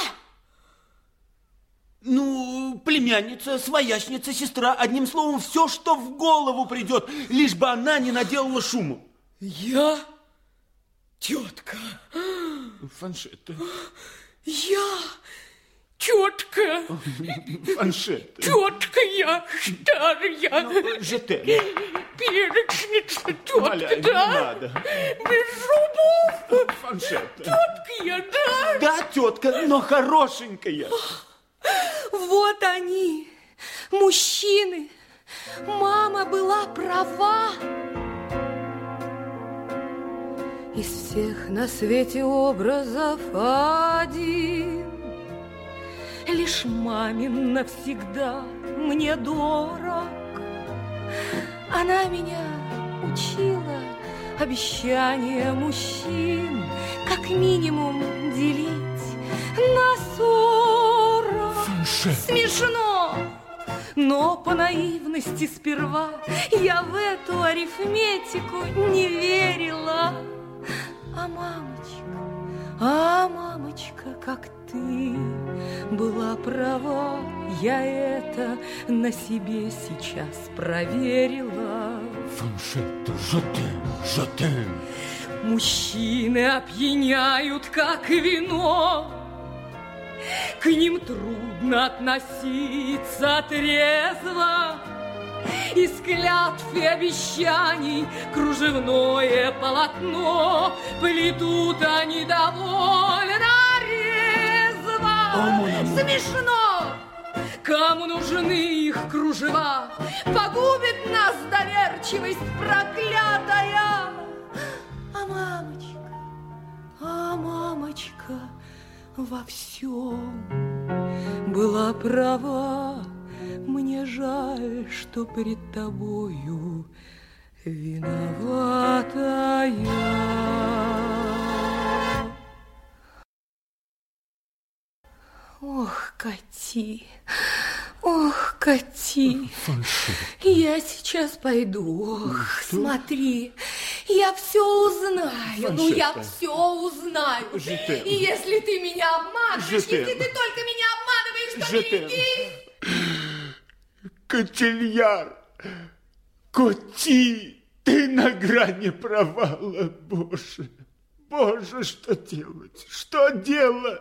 Ну, племянница, своячница, сестра. Одним словом, все, что в голову придет, лишь бы она не наделала шуму. Я... Тетка. Фаншетта. Я... Тетка. Фаншетта. Тетка я, старая. Жетем. Перечница, Умоляю, тетка, не да? надо. Без зубов. Фаншетта. Тетка я, да? Да, тетка, но хорошенькая. Вот они, мужчины. Мама была права. Из всех на свете образов один лишь мамин навсегда мне дорог. Она меня учила обещания мужчин как минимум делить на 40. Смешно, но по наивности сперва я в эту арифметику не верила. А мамочка, как ты была права, я это на себе сейчас проверила. Фаншетта, жетем. Мужчины опьяняют, как вино. К ним трудно относиться трезво. Из клятв и обещаний кружевное полотно плетут они довольно резво. Смешно! Кому нужны их кружева? Погубит нас доверчивость проклятая. А мамочка во всем была права. Мне жаль, что пред тобою виновата я. Ох, Кати, я сейчас пойду. Ох, смотри, я все узнаю. Ну, я все узнаю. И если ты меня обманываешь, если ты только меня обманываешь, то береги. Котельяр, Коти, ты на грани провала, Боже. Боже, что делать? Что делать?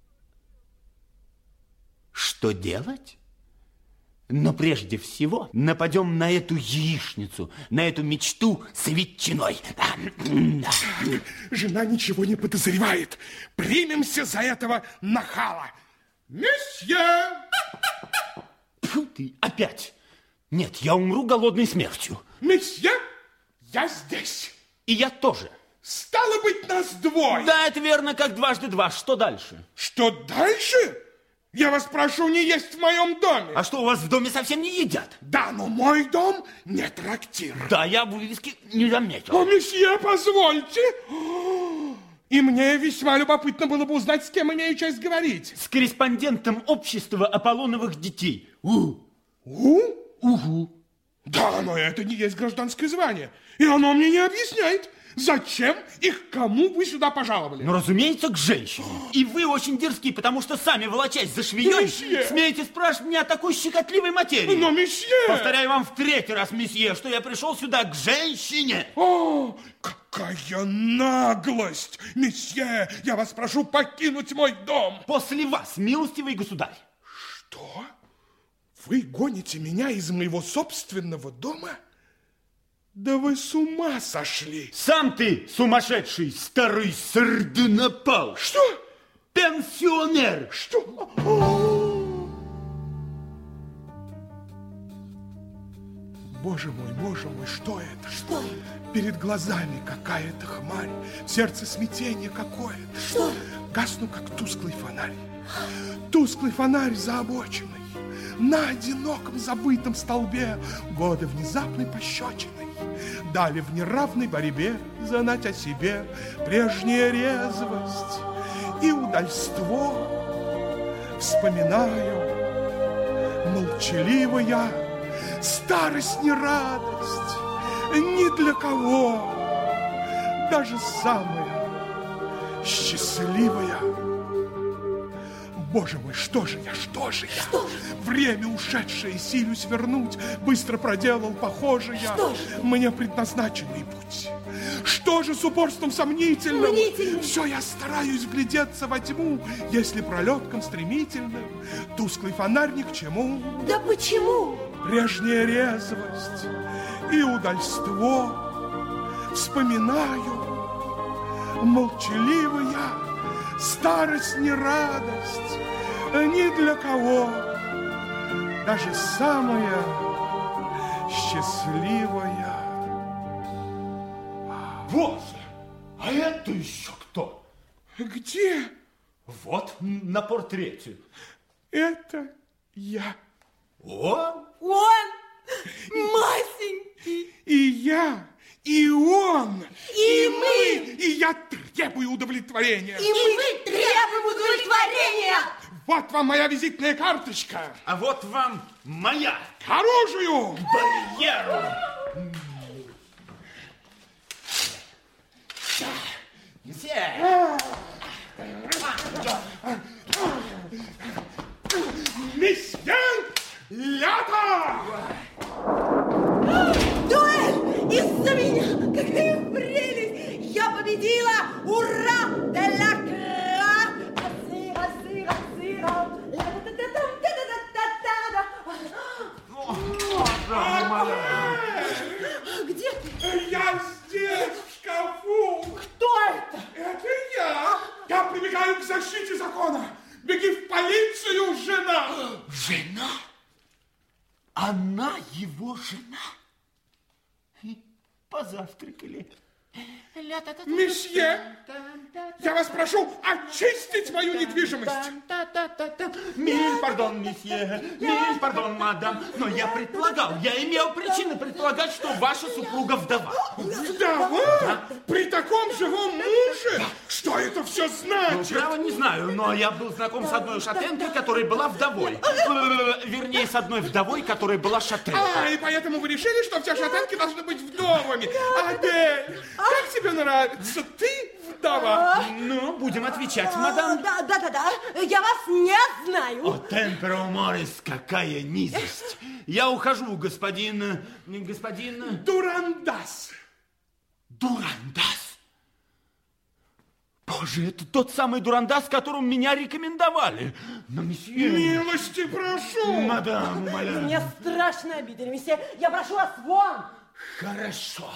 Что делать? Но прежде всего нападем на эту яичницу, на эту мечту с ветчиной. Жена ничего не подозревает. Примемся за этого нахала. Месье! Фу ты, опять. Нет, я умру голодной смертью. Месье, я здесь. И я тоже. Стало быть, нас двое. Да, это верно, как дважды два. Что дальше? Что дальше? Я вас прошу не есть в моем доме. А что, у вас в доме совсем не едят? Да, но мой дом не трактир. Да, я вывески не заметил. О, месье, позвольте. И мне весьма любопытно было бы узнать, с кем имею честь говорить. С корреспондентом общества Аполлоновых детей. Угу. Да, но это не есть гражданское звание. И оно мне не объясняет, зачем и к кому вы сюда пожаловали. Ну, разумеется, к женщине. И вы очень дерзкие, потому что сами, волочась за швеей, месье, смеете спрашивать меня о такой щекотливой материи. Но, месье... Повторяю вам в третий раз, месье, что я пришел сюда к женщине. О, какая наглость! Месье, я вас прошу покинуть мой дом. После вас, милостивый государь. Что? Вы гоните меня из моего собственного дома? Да вы с ума сошли! Сам ты сумасшедший, старый сардонапал. Что? пенсионер. Что? Боже мой, что это? Что это? Перед глазами какая-то хмарь, в сердце смятение какое-то. Что? Гасну, как тусклый фонарь. Тусклый фонарь за обочиной. На одиноком забытом столбе годы внезапной пощечиной дали в неравной борьбе знать о себе прежняя резвость и удальство. Вспоминаю, молчаливая, старость не радость, ни для кого, даже самая счастливая. Боже мой, что же я? Время ушедшее силюсь вернуть, быстро проделал, похоже я, мне предназначенный путь. Что же с упорством сомнительным? Все я стараюсь вглядеться во тьму, если пролетком стремительным тусклый фонарь ни к чему. Да почему? Прежняя резвость и удальство вспоминаю, молчаливая, старость не радость, ни для кого, даже самая счастливая. Боже, а это еще кто? Где? Вот на портрете. Это я. Он? Он масенький. И я, и он, И мы. и я требую удовлетворения. И мы требуем удовлетворения. Вот вам моя визитная карточка. А вот вам моя. К оружию! Барьеру. Месье Лята! Дуэль из-за меня. Какая прелесть. Я победила. Ура! Де-ля кра. Асыра, сыра, сыра. Где ты? Я здесь, в шкафу. Кто это? Это я. Я прибегаю к защите закона. Беги в полицию, жена. Жена? Она его жена? Позавтракали. Месье, я вас прошу очистить мою недвижимость. Миль, пардон, месье, миль, пардон, мадам. Но я имел причины предполагать, что ваша супруга вдова. Вдова? При таком живом муже? Что это все Ну, значит? право не знаю, но я был знаком с одной шатенкой, которая была вдовой. Вернее, с одной вдовой, которая была шатенкой. И поэтому вы решили, что все шатенки должны быть вдовами. Адель, как тебе нравится? Ты вдова. Ну, будем отвечать, мадам. Да. Я вас не знаю. О, темперо морис, какая низость. Я ухожу, господин... Дурандас. Дурандас? Боже, это тот самый Дурандас, которому меня рекомендовали. Но, месье... Милости прошу. Мадам, умоляю. Мне страшно обидели, месье. Я прошу вас вон. Хорошо.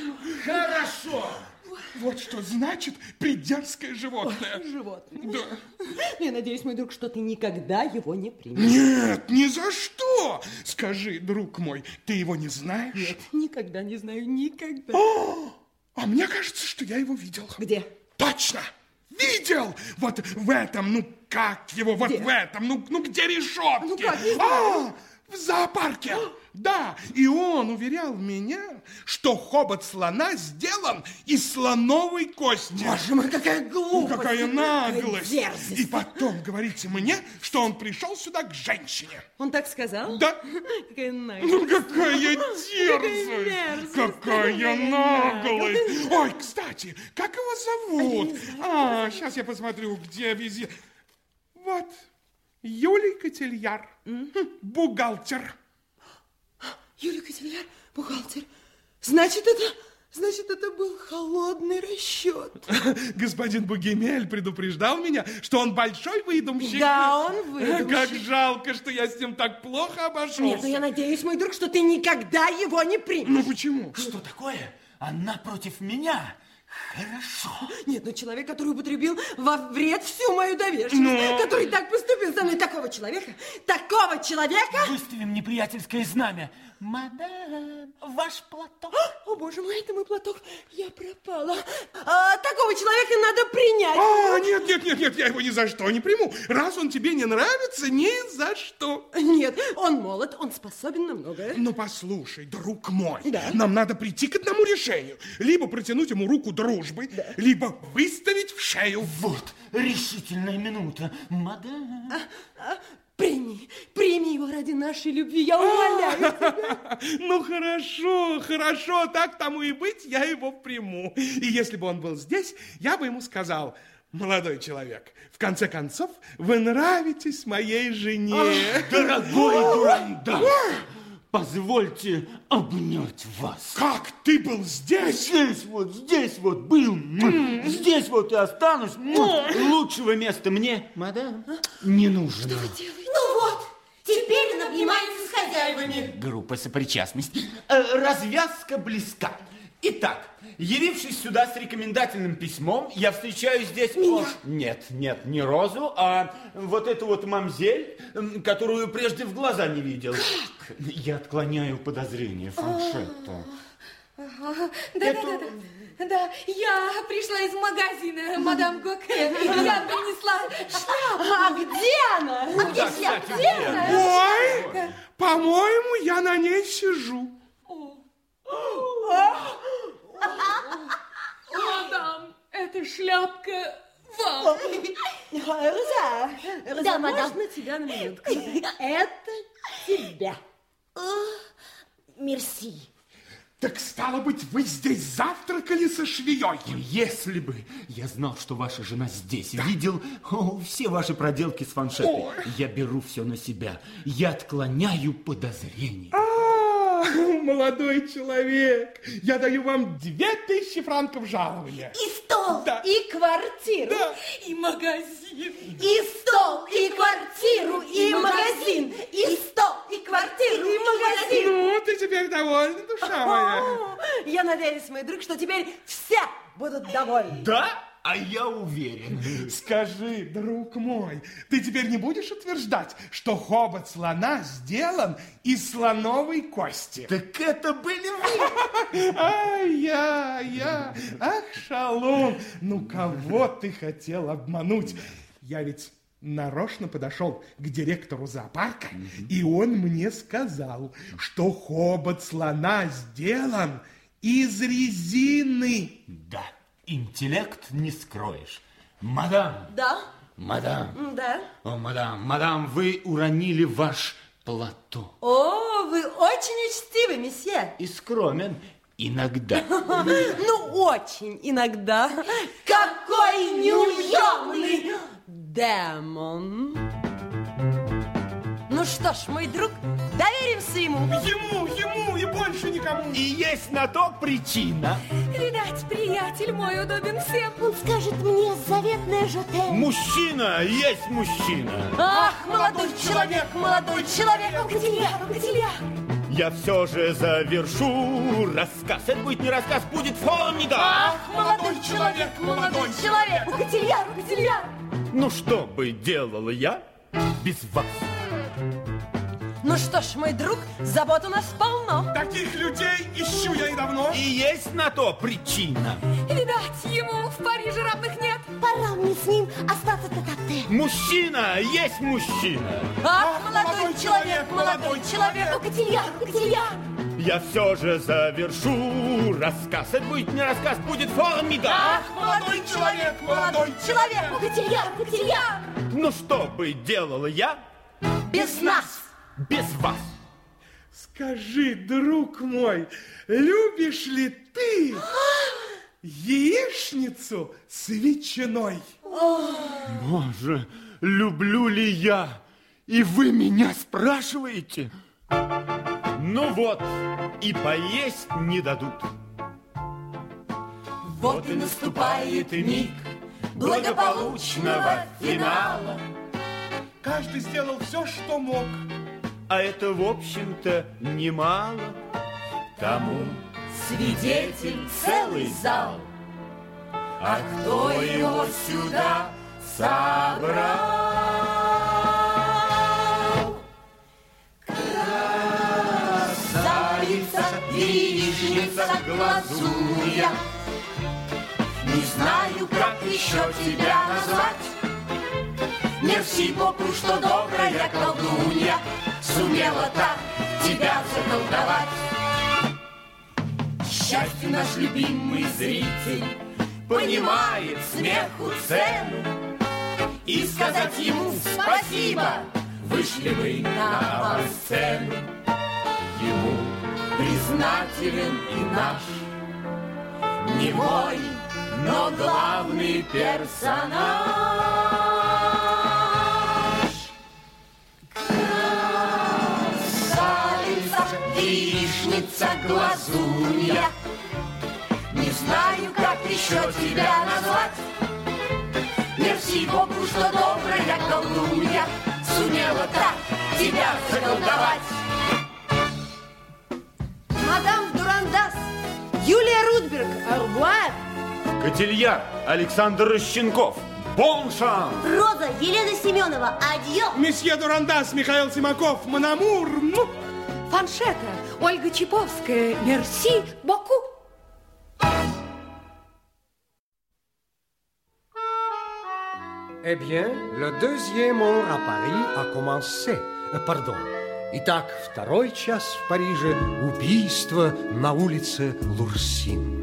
Вот что значит придерзкое животное. Животное. Да. Я надеюсь, мой друг, что ты никогда его не примешь. Нет, ни за что. Скажи, друг мой, ты его не знаешь? Нет, никогда не знаю, никогда. А мне кажется, что я его видел. Где? Точно! Видел! Вот в этом, ну как его, вот Где? в этом, ну где решетки? Ну как, не знаю. В зоопарке. Да, и он уверял меня, что хобот слона сделан из слоновой кости. Боже мой, какая глупость. Какая наглость. Какая дерзость. И потом говорите мне, что он пришел сюда к женщине. Он так сказал? Да. Какая наглость. Ну какая дерзость. мерзость. Какая наглость. Ой, кстати, как его зовут? Сейчас я посмотрю, где везде. Вот, Юлий Котельяр, бухгалтер. Юлий Котельяр, бухгалтер. Значит, это был холодный расчет. Господин Бугемель предупреждал меня, что он большой выдумщик. Да, он выдумщик. Как жалко, что я с ним так плохо обошелся. Нет, ну я надеюсь, мой друг, что ты никогда его не примешь. Ну почему? Что такое? Она против меня? Хорошо. Нет, ну человек, который употребил во вред всю мою доверчивость, который так поступил со мной, такого человека, Выставим неприятельское знамя. Мадам, ваш платок. О, боже мой, это мой платок, я пропала. Такого человека надо принять. Нет, я его ни за что не приму. Раз он тебе не нравится, ни за что. Нет, он молод, он способен на многое. Ну, послушай, друг мой, Да. нам надо прийти к одному решению. Либо протянуть ему руку дружбы, либо выставить в шею. Вот, решительная минута. Мадам. Прими его ради нашей любви, я умоляю тебя. Ну, хорошо, так тому и быть, я его приму. И если бы он был здесь, я бы ему сказал: молодой человек, в конце концов, вы нравитесь моей жене. Дорогой дурандас, позвольте обнять вас. Как ты был здесь? Здесь вот был. Здесь вот и останусь. Лучшего места мне, мадам, не нужно. Ну вот, теперь он обнимается с хозяевами. Группа сопричастности. Развязка близка. Итак, явившись сюда с рекомендательным письмом, я встречаю здесь... Нет, не Розу, а вот эту вот мамзель, которую прежде в глаза не видел. Я отклоняю подозрения Фаншетто. Да, я пришла из магазина, мадам Гоке. Я принесла шляпу. А где она? А где шляпа? Ой, по-моему, я на ней сижу. Мадам, эта шляпка вам. Роза, Да, мадам. можно тебя на минутку? Это тебя. Мерси. Так стало быть, вы здесь завтракали со швеей? Если бы я знал, что ваша жена здесь, видел все ваши проделки с Фаншеттой, я беру все на себя. Я отклоняю подозрения. Молодой человек, я даю вам 2000 франков жалования. И стол, Да. И квартиру. Да. И магазин. и стол, и квартиру, и магазин, и стол, и квартиру, и магазин. Ну, ты теперь довольна, душа моя? Я надеюсь, мой друг, что теперь все будут довольны. Да? А я уверен. Скажи, друг мой, ты теперь не будешь утверждать, что хобот слона сделан из слоновой кости? Так это были вы. Ах, шалун, ну кого ты хотел обмануть? Я ведь нарочно подошел к директору зоопарка, и он мне сказал, что хобот слона сделан из резины. Да, интеллект не скроешь. Мадам. Да? Мадам. Да. О, мадам, вы уронили ваш платок. О, вы очень учтивы, месье. И скромен иногда. Ну, очень иногда. Какой неуемный! Демон. Ну что ж, мой друг, доверимся ему. Ему и больше никому. И есть на то причина. Видать, приятель мой удобен всем. Он скажет мне заветное жоте. Мужчина есть мужчина. Ах, молодой человек, молодой человек. Котельяр. Я все же завершу рассказ. Это будет не рассказ, будет формида. Ах, молодой человек, молодой человек. Котельяр. Ну что бы делала я без вас? Ну что ж, мой друг, забот у нас полно. Таких людей ищу я и давно. И есть на то причина. Видать, ему в Париже равных нет. Пора мне с ним остаться тет-а-тет. Мужчина есть мужчина. Ах, молодой человек, молодой человек. Котельяр. Я все же завершу рассказ. Это будет не рассказ, будет формида. Ах, молодой человек, молодой человек. Котельяр. Ну что бы делала я Без нас. без вас? Скажи, друг мой, любишь ли ты яичницу с ветчиной? Боже, люблю ли я? И вы меня спрашиваете? Ну вот, и поесть не дадут. Вот и наступает миг благополучного финала. Каждый сделал все, что мог. А это, в общем-то, немало. Тому Свидетель целый зал. а кто его сюда собрал? Красавица, яичница глазунья, не знаю, как еще тебя назвать. Мерси Богу, что добрая колдунья сумела так тебя заколдовать. Счастье наш любимый зритель понимает смеху цену, и сказать ему спасибо вышли мы на авансцену. Ему признателен и наш немой, но главный персонаж. Красавица, яичница, глазунья, не знаю, как еще тебя назвать. Мерси Богу, что добрая колдунья сумела так тебя заколдовать. Мадам Дурандас, Юлия Рудберг, арвуар. Котельяр Александр Рощенков, бон шанс. Роза, Елена Семенова, адьё. Месье Дурандас, Михаил Симаков, Монамур. Фаншета, Ольга Чаповская, мерси боку. Eh bien, le deuxième heure à Paris a commencé. Pardon. Итак, второй час в Париже – убийство на улице Лурсин.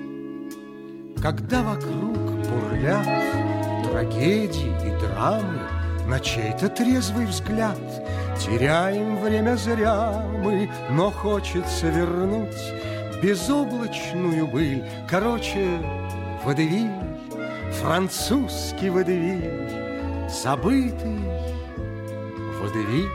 Когда вокруг бурлят трагедии и драмы, на чей-то трезвый взгляд теряем время зря мы, но хочется вернуть безоблачную быль. Короче, водевиль, французский водевиль, забытый водевиль.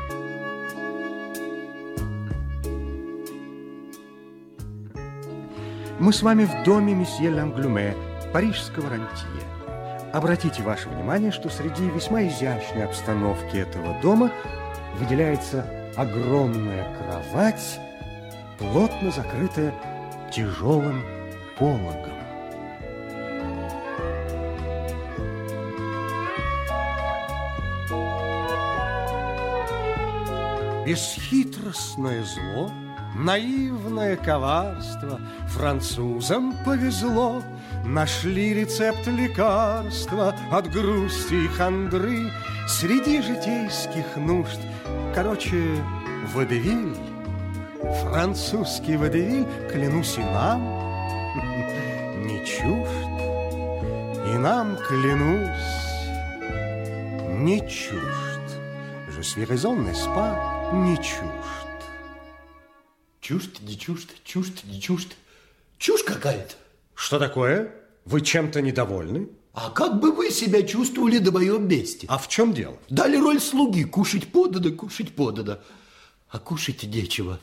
Мы с вами в доме месье Ланглюме, парижского рантье. Обратите ваше внимание, что среди весьма изящной обстановки этого дома выделяется огромная кровать, плотно закрытая тяжелым пологом. Бесхитростное зло, наивное коварство, французам повезло, нашли рецепт лекарства от грусти и хандры среди житейских нужд. Короче, водевиль, французский водевиль, клянусь, и нам не чужд, и нам, клянусь, не чужд. Je suis raison, n'est-ce pas? Не чужд. Чужд, не чужд, чужд, не чужд. Чушь какая-то. Что такое? Вы чем-то недовольны? А как бы вы себя чувствовали на моем месте? А в чем дело? Дали роль слуги. Кушать подано. А кушать нечего.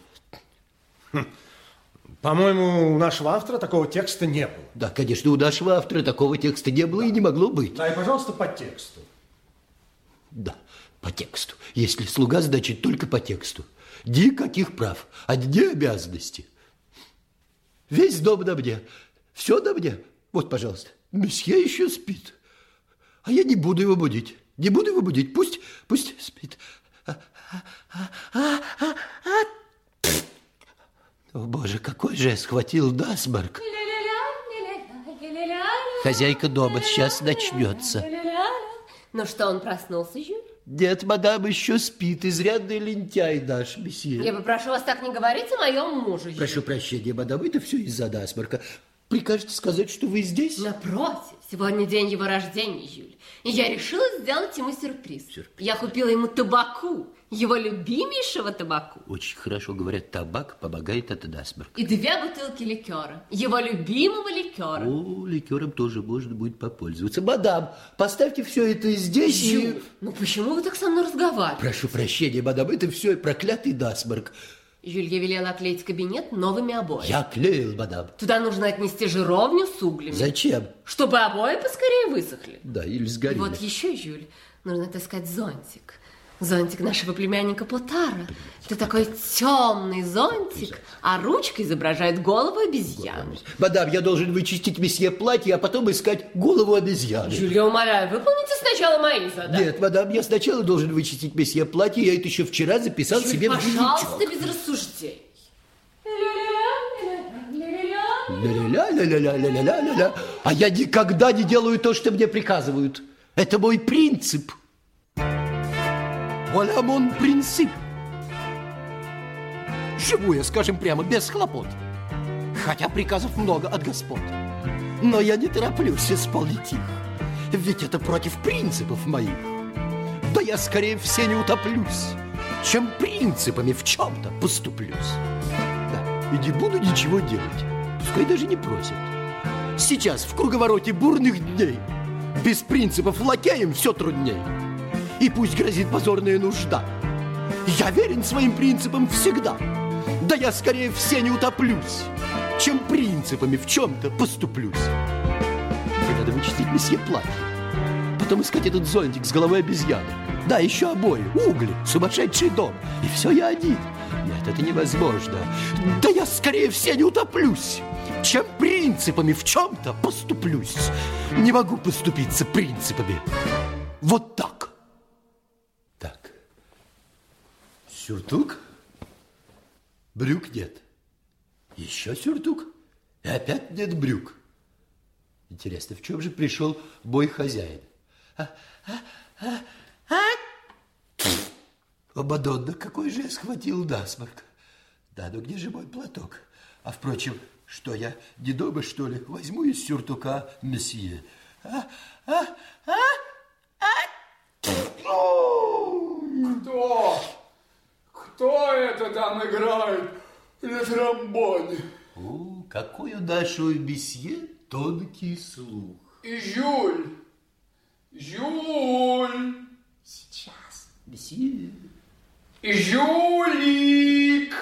По-моему, у нашего автора такого текста не было. Да, конечно, у нашего автора такого текста не было и не могло быть. Да, и, пожалуйста, по тексту. Да, по тексту. Если слуга, значит, только по тексту. Никаких прав, одни обязанности. Весь дом на мне, все на мне. Вот, пожалуйста, месье еще спит. А я не буду его будить. Не буду его будить, пусть спит. О, Боже, какой же я схватил насморк. Хозяйка дома, сейчас начнется. Ну что, он проснулся, Жюль? Нет, мадам еще спит, изрядный лентяй наш, месье. Я попрошу вас так не говорить о моем муже, Жюль. Прошу прощения, мадам, это все из-за насморка. Прикажете сказать, что вы здесь? Напротив, сегодня день его рождения, Жюль. И я решила сделать ему сюрприз. Я купила ему табаку, его любимейшего табаку. Очень хорошо говорят, табак помогает от насморка. И 2 бутылки ликера, его любимого ликера. О, ликером тоже можно будет попользоваться. Мадам, поставьте все это здесь. Жюль, и... ну почему вы так со мной разговариваете? Прошу прощения, мадам, это все проклятый насморк. Жюль, я велела оклеить кабинет новыми обоями. Я клеил, мадам. Туда нужно отнести жировню с углями. Зачем? Чтобы обои поскорее высохли. Да, или сгорели. Вот еще, Жюль, нужно отыскать зонтик. Зонтик нашего племянника Потара. Это такой темный зонтик, а ручка изображает голову обезьяны. Мадам, я должен вычистить месье платье, а потом искать голову обезьяны. Жюль, я умоляю, выполните сначала мои задания. Нет, мадам, я сначала должен вычистить месье платье. Я это еще вчера записал Жюль, себе в дневничок. пожалуйста, без рассуждений. Ля-ля-ля-ля-ля-ля-ля-ля-ля. А я никогда не делаю то, что мне приказывают. Это мой принцип. Voilà mon принцип. Живу я, скажем прямо, без хлопот. Хотя приказов много от господ. Но я не тороплюсь исполнить их. Ведь это против принципов моих. Да я скорее все не утоплюсь, чем принципами в чем-то поступлюсь. Да, и не буду ничего делать. Пускай даже не просят. Сейчас в круговороте бурных дней без принципов лакеям все трудней. И пусть грозит позорная нужда, я верен своим принципам всегда. Да я скорее все не утоплюсь, чем принципами в чем-то поступлюсь. Мне надо вычистить месье платье, потом искать этот зонтик с головой обезьяны. Да, еще обои, угли, сумасшедший дом. И все я один. Нет, это невозможно. Да я скорее все не утоплюсь, чем принципами в чем-то поступлюсь. Не могу поступиться принципами. Вот так. Так. Сюртук? Брюк нет. Еще сюртук? И опять нет брюк. Интересно, в чем же пришел мой хозяин? О, Мадонна, какой же я схватил насморк. Да, ну где же мой платок? А впрочем, что я, не дома, что ли? Возьму из сюртука месье. Кто это там играет на тромбоне? О, какой у нашего месье тонкий слух. И Жюль. Жюль. Сейчас, месье. И Жюлик.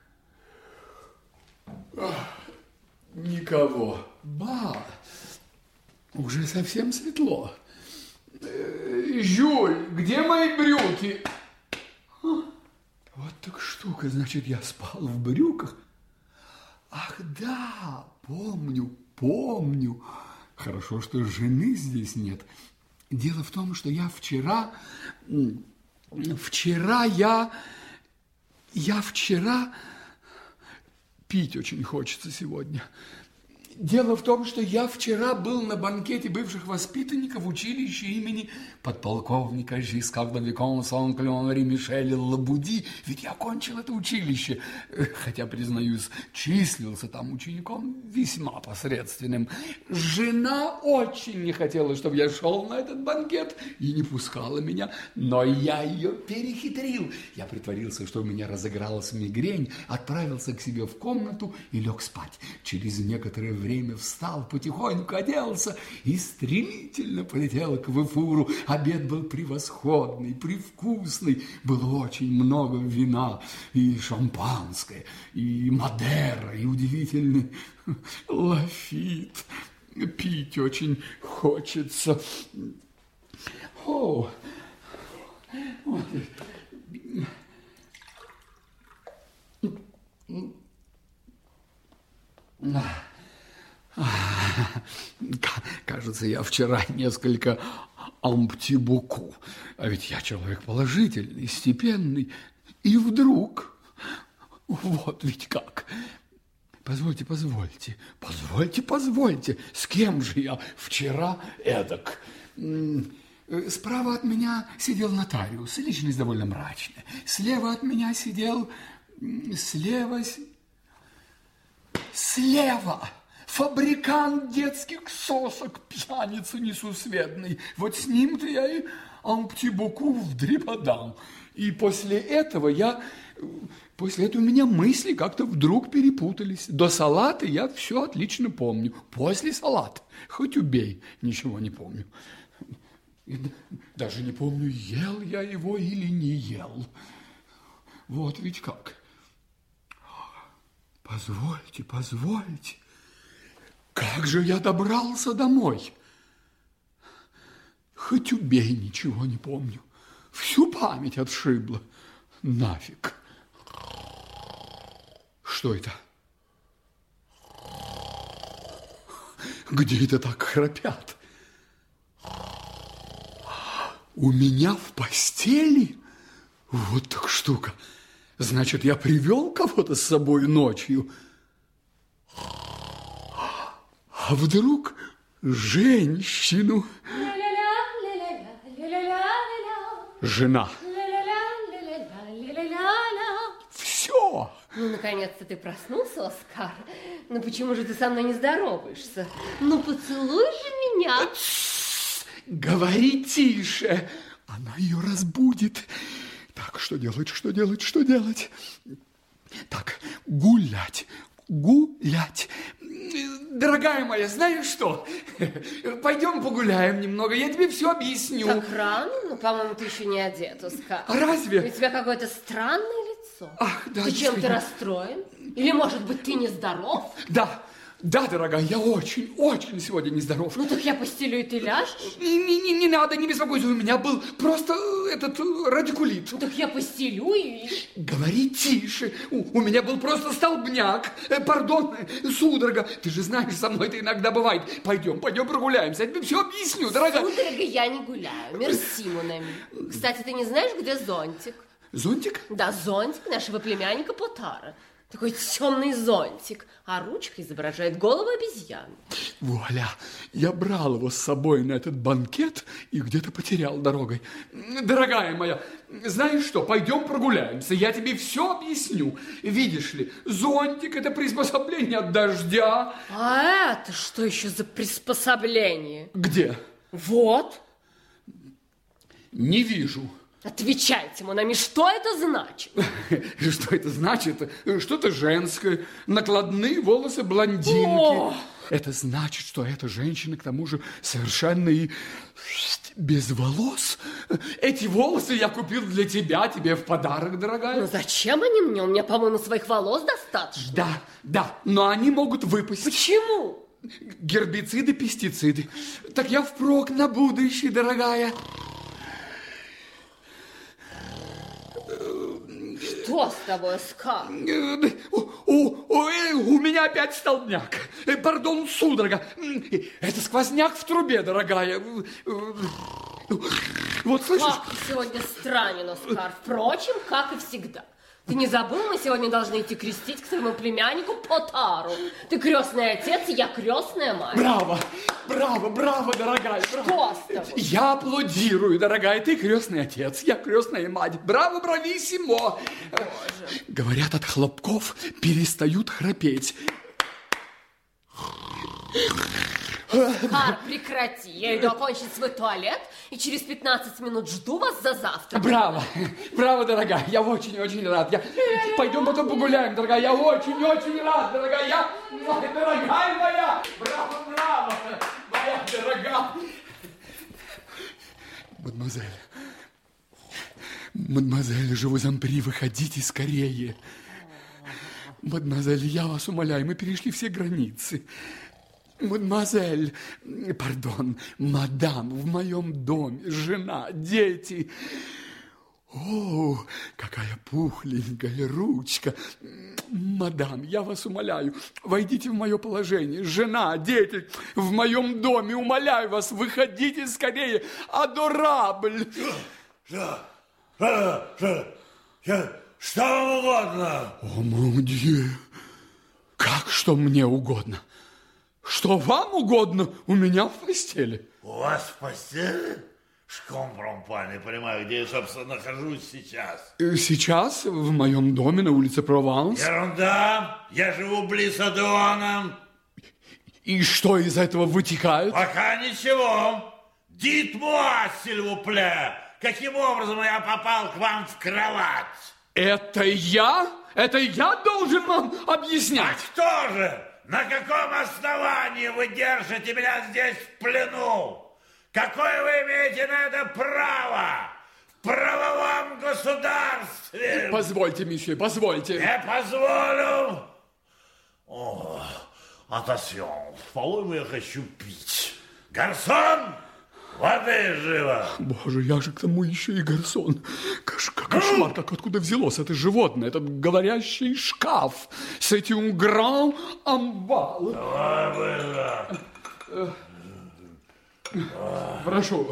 Никого. Ба, уже совсем светло. Жюль, где мои брюки? Вот так штука, значит, я спал в брюках. Ах, да, помню. Хорошо, что жены здесь нет. Дело в том, что я вчера пить очень хочется сегодня. Дело в том, что я вчера был на банкете бывших воспитанников в училище имени подполковника Жискарда Викон Сан-Клён Мишеля Лабуди. Ведь я окончил это училище, хотя, признаюсь, числился там учеником весьма посредственным. Жена очень не хотела, чтобы я шел на этот банкет и не пускала меня, но я ее перехитрил. Я притворился, что у меня разыгралась мигрень, отправился к себе в комнату и лег спать. Через некоторое время встал, потихоньку оделся и стремительно полетел к Вэфуру. Обед был превосходный, привкусный. Было очень много вина, и шампанское, и мадера, и удивительный лафит. Пить очень хочется. О, вот. Кажется, я вчера несколько амптибуку. А ведь я человек положительный, степенный. И вдруг... Вот ведь как. Позвольте. С кем же я вчера эдак? Справа от меня сидел нотариус, личность довольно мрачная. Слева от меня сидел... Слева! Фабрикант детских сосок, пьяница несусветный. Вот с ним-то я и амптибуку вдребодал. И после этого у меня мысли как-то вдруг перепутались. До салата я все отлично помню. После салата, хоть убей, ничего не помню. И даже не помню, ел я его или не ел. Вот ведь как. Позвольте. Как же я добрался домой? Хоть убей, ничего не помню. Всю память отшибло. Нафиг. Что это? Где это так храпят? У меня в постели? Вот так штука. Значит, я привел кого-то с собой ночью? А вдруг женщину? Жена. Все. Ну, наконец-то ты проснулся, Оскар. Ну, почему же ты со мной не здороваешься? Ну, поцелуй же меня. Говори тише. Она ее разбудит. Так, что делать, что делать, что делать? Так, гулять, гулять. Дорогая моя, знаешь что? Пойдем погуляем немного, я тебе все объясню. Так рано? Ну, по-моему, ты еще не одет, Оскар. А разве? У тебя какое-то странное лицо. Ах, да. Ты чем-то расстроен? Или, может быть, ты нездоров? Да, дорогая, я очень сегодня нездоров. Ну, так я постелю, и ты ляжешь? Не надо, не беспокойся, у меня был просто этот радикулит. Ну, так я постелю и... Говори тише, у меня был просто столбняк, пардон, судорога. Ты же знаешь, со мной это иногда бывает. Пойдем прогуляемся, я тебе все объясню, дорогая. Судорога я не гуляю, мерси, Монами. Кстати, ты не знаешь, где зонтик? Зонтик? Да, зонтик нашего племянника Потара. Такой темный зонтик, а ручка изображает голову обезьяны. Вуаля, я брал его с собой на этот банкет и где-то потерял дорогой. Дорогая моя, знаешь что, пойдем прогуляемся, я тебе все объясню. Видишь ли, зонтик – это приспособление от дождя. А это что еще за приспособление? Где? Вот. Не вижу. Отвечайте, Монами, что это значит? Что это значит? Что-то женское. Накладные волосы блондинки. О! Это значит, что эта женщина, к тому же, совершенно и без волос. Эти волосы я купил для тебя, тебе в подарок, дорогая. Ну зачем они мне? У меня, по-моему, своих волос достаточно. Да, но они могут выпасть. Почему? Гербициды, пестициды. Так я впрок на будущее, дорогая. Что с тобой, Оскар? У меня опять столбняк. Пардон, судорога. Это сквозняк в трубе, дорогая. Вот слышишь? Как ты сегодня странен, Оскар. Впрочем, как и всегда. Ты не забыл, мы сегодня должны идти крестить к своему племяннику Потару. Ты крестный отец, и я крестная мать. Браво, дорогая. Что с тобой? Я аплодирую, дорогая. Ты крестный отец, я крестная мать. Браво, брависсимо. Боже. Говорят, от хлопков перестают храпеть. Оскар, прекрати. Я иду окончить свой туалет, и через 15 минут жду вас за завтраком. Браво, дорогая. Я очень рад. Пойдем потом погуляем, дорогая. Я очень рад, дорогая. Дорогая моя. Браво, моя дорогая. Мадемуазель, je vous en prie, выходите скорее. Мадемуазель, я вас умоляю, мы перешли все границы. Мадемуазель, пардон, мадам, в моем доме жена, дети. О, какая пухленькая ручка. Мадам, я вас умоляю, войдите в мое положение. Жена, дети, в моем доме, умоляю вас, выходите скорее. Адорабль. Что вам угодно? О, мон дье, как что мне угодно? Что вам угодно у меня в постели? У вас в постели? Шкомпромпа, не понимаю, где я, собственно, нахожусь сейчас. Сейчас в моем доме на улице Прованс. Ерунда, я живу близ Адуана. И что из этого вытекает? Пока ничего. Dites-moi, s'il vous plaît, каким образом я попал к вам в кровать? Это я? Это я должен вам объяснять? А кто же? На каком основании вы держите меня здесь в плену? Какое вы имеете на это право? В правовом государстве? Позвольте, месье, позвольте. Не позволю. Attention, по-моему, я хочу пить. Гарсон, Воды живо! Боже, я же к тому еще и гарсон. Кошмар, как откуда взялось это животное, этот говорящий шкаф с этим гран амбал. Прошу.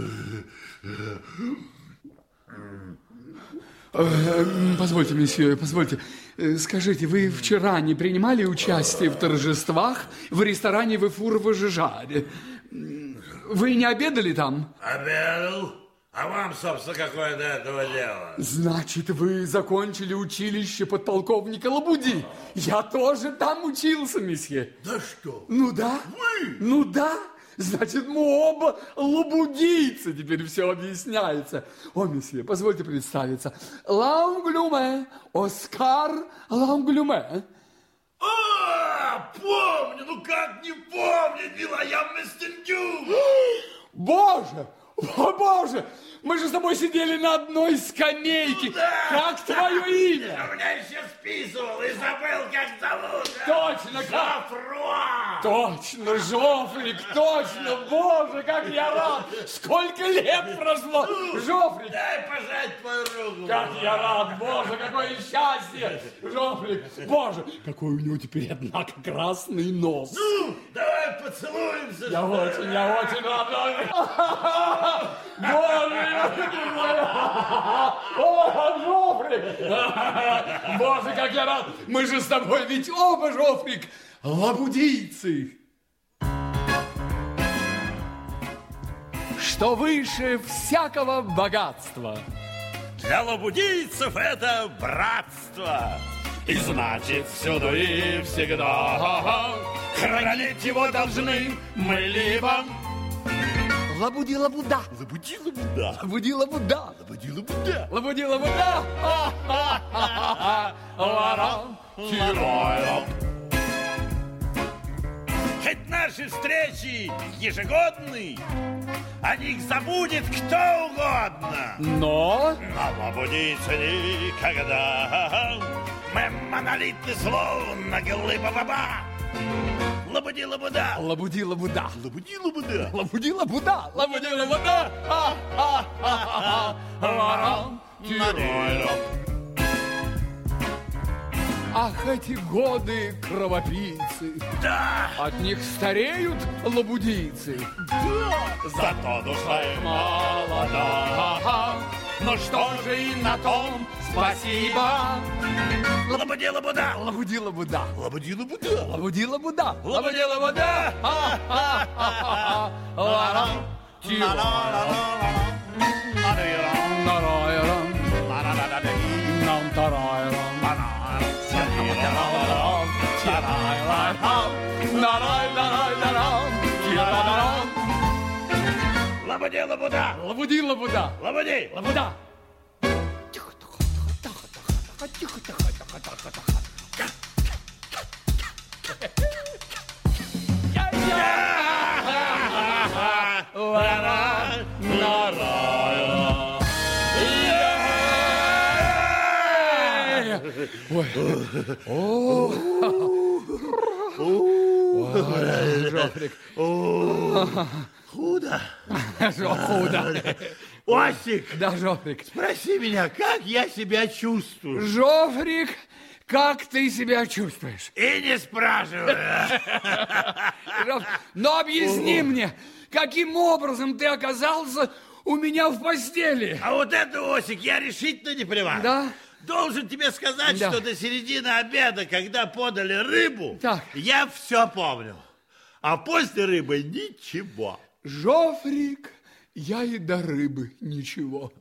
Позвольте, месье, позвольте. Скажите, вы вчера не принимали участие в торжествах в ресторане в Фур-Важижаре? Вы не обедали там? Обедал. А вам, собственно, какое до этого дело? Значит, вы закончили училище подполковника Лабуди. Я тоже там учился, месье. Да что? Ну да. Вы? Ну да. Значит, мы оба лабудийцы. Теперь все объясняется. О, месье, позвольте представиться. Ланглюме, Оскар Ланглюме. А, помню, ну как не помнить, Вилайям Местендю. Боже, о боже, мы же с тобой сидели на одной скамейке. Ну, да. Как твое имя? Я у меня еще списывал и забыл, как зовут. Точно, как? Жофруа. Точно, Жофрик, точно, боже, как я рад. Сколько лет прошло, Жофрик. Дай пожать твою руку. Как я рад, боже, какое счастье. Жофрик, боже, какой у него теперь, однако, красный нос. Ну, давай поцелуемся. Я очень рад. Боже, Жофрик. Боже, как я рад. Мы же с тобой ведь оба, Жофрик, лабудийцы. Что выше всякого богатства. Для лабудийцев это братство. И значит, всюду и всегда хранить его должны мы либо. Лабуди-лабуда. Лабуди-лабуда. Лабуди-лабуда. Лабуди-лабуда. Лабуди-лабуда. Ха-ха-ха-ха. Хоть наши встречи ежегодны, о них забудет кто угодно. Но лабудийцы никогда. Мы монолитны, словно глыба-баба. Лабуди-лабуда. Лабуди-лабуда. Лабуди-лабуда. Лабуди-лабуда. Лабуди-лабуда. Ах, эти годы кровопийцы. Да. От них стареют лабудийцы. Да. Зато душа их молода. Но что же и на том спасибо. Лабуди-лабуда. Лабуди-лабуда. Лабуди-лабуда. Лабуди-лабуда. Лабуди-лабуда. Лабуди-лабуда. Лабуди-лабуда. Лабуди-лабуда. Жофрик. Худо. Худо. Осик. Да, Жофрик. Спроси меня, как я себя чувствую. Жофрик, как ты себя чувствуешь? И не спрашивай. Но объясни мне, каким образом ты оказался у меня в постели? А вот это, Осик, я решительно не понимаю. Да? Должен тебе сказать, Да. что до середины обеда, когда подали рыбу, Так. я все помню. А после рыбы ничего. Жофрик, я и до рыбы ничего.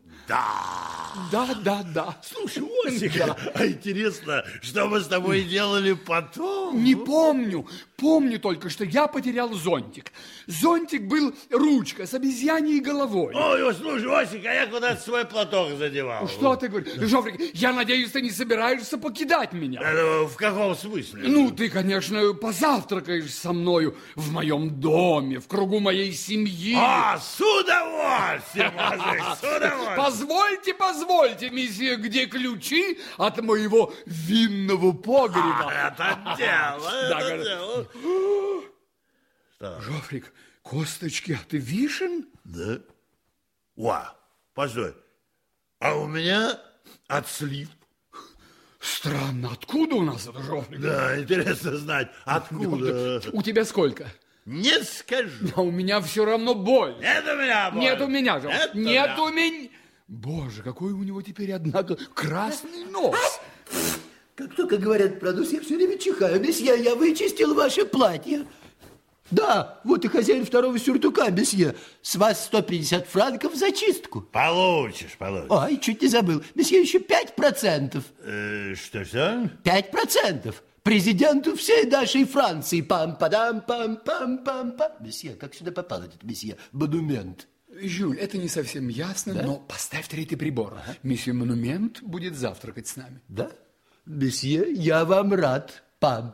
Да. Слушай, Осик, а интересно, что мы с тобой делали потом? Не помню. Помню только, что я потерял зонтик. Зонтик был ручка с обезьяньей головой. Ой, слушай, Осик, а я куда-то свой платок задевал. Что ты говоришь? Жофрик, я надеюсь, ты не собираешься покидать меня. В каком смысле? Ну, ты, конечно, позавтракаешь со мною в моем доме, в кругу моей семьи. С удовольствием, мужик, с удовольствием. Позвольте, месье, где ключи от моего винного погреба? Это дело. Жофрик, Косточки от вишен? Да. Постой. А у меня от слив. Странно, откуда у нас это, Жофрик? Да, интересно знать, откуда. У тебя сколько? Не скажу. А у меня все равно боль. Нет у меня боль. Нет у меня, Жофрик. Это Нет да. у меня. Боже, какой у него теперь, однако, красный нос. Как только говорят про нос, я все время чихаю. Месье, я вычистил ваше платье. Да, вот и хозяин второго сюртука, месье. С вас 150 франков за чистку. Получишь. Ой, чуть не забыл. Месье, еще 5%. Что? 5%. Президенту всей нашей Франции. Пам-падам, пам-пам-пам-пам. Месье, как сюда попал этот месье? Монумент. Жюль, это не совсем ясно, Да? но поставь третий прибор. Месье Монумент будет завтракать с нами. Да? Месье, я вам рад.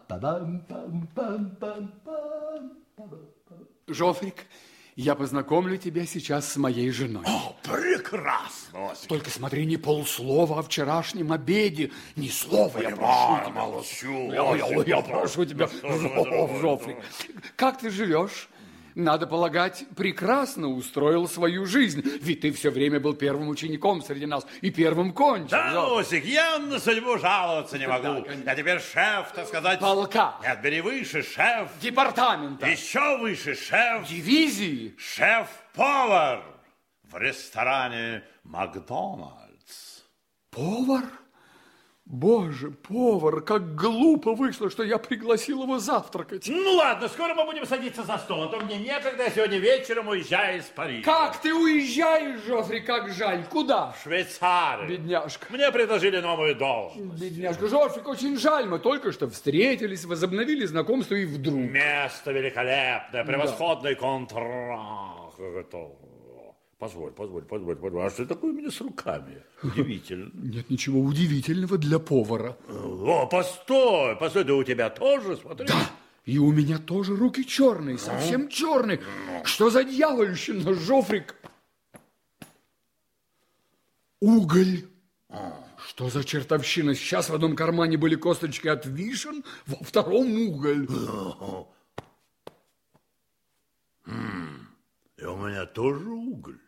Пам-пам-пам-пам-пам-пам. Жофрик, я познакомлю тебя сейчас с моей женой. О, прекрасно. Только смотри, не полслова о вчерашнем обеде. Ни слова, я прошу тебя. Молчу. Я прошу тебя, Жофрик. Как ты живешь? Надо полагать, прекрасно устроил свою жизнь. Ведь ты все время был первым учеником среди нас и первым кончил. Да, Осик, я на судьбу жаловаться не могу. конечно. Я теперь шеф, так сказать. Полка. Нет, бери выше, шеф. Департамента. Еще выше, шеф. Дивизии. Шеф-повар в ресторане Макдональдс. Повар? Боже, повар, как глупо вышло, что я пригласил его завтракать. Ну ладно, скоро мы будем садиться за стол, а то мне некогда, я сегодня вечером уезжаю из Парижа. Как ты уезжаешь, Жофри, как жаль. Куда? В Швейцарию. Бедняжка. Мне предложили новую должность. Бедняжка, Жофрик, очень жаль. Мы только что встретились, возобновили знакомство и вдруг. Место великолепное, превосходный контракт. Позволь. А что такое у меня с руками? Удивительно. Нет ничего удивительного для повара. О, постой, да у тебя тоже, смотри. Да, и у меня тоже руки черные, совсем черные. Что за дьявольщина, Жофрик? Уголь. Что за чертовщина? Сейчас в одном кармане были косточки от вишен, во втором уголь. И у меня тоже уголь.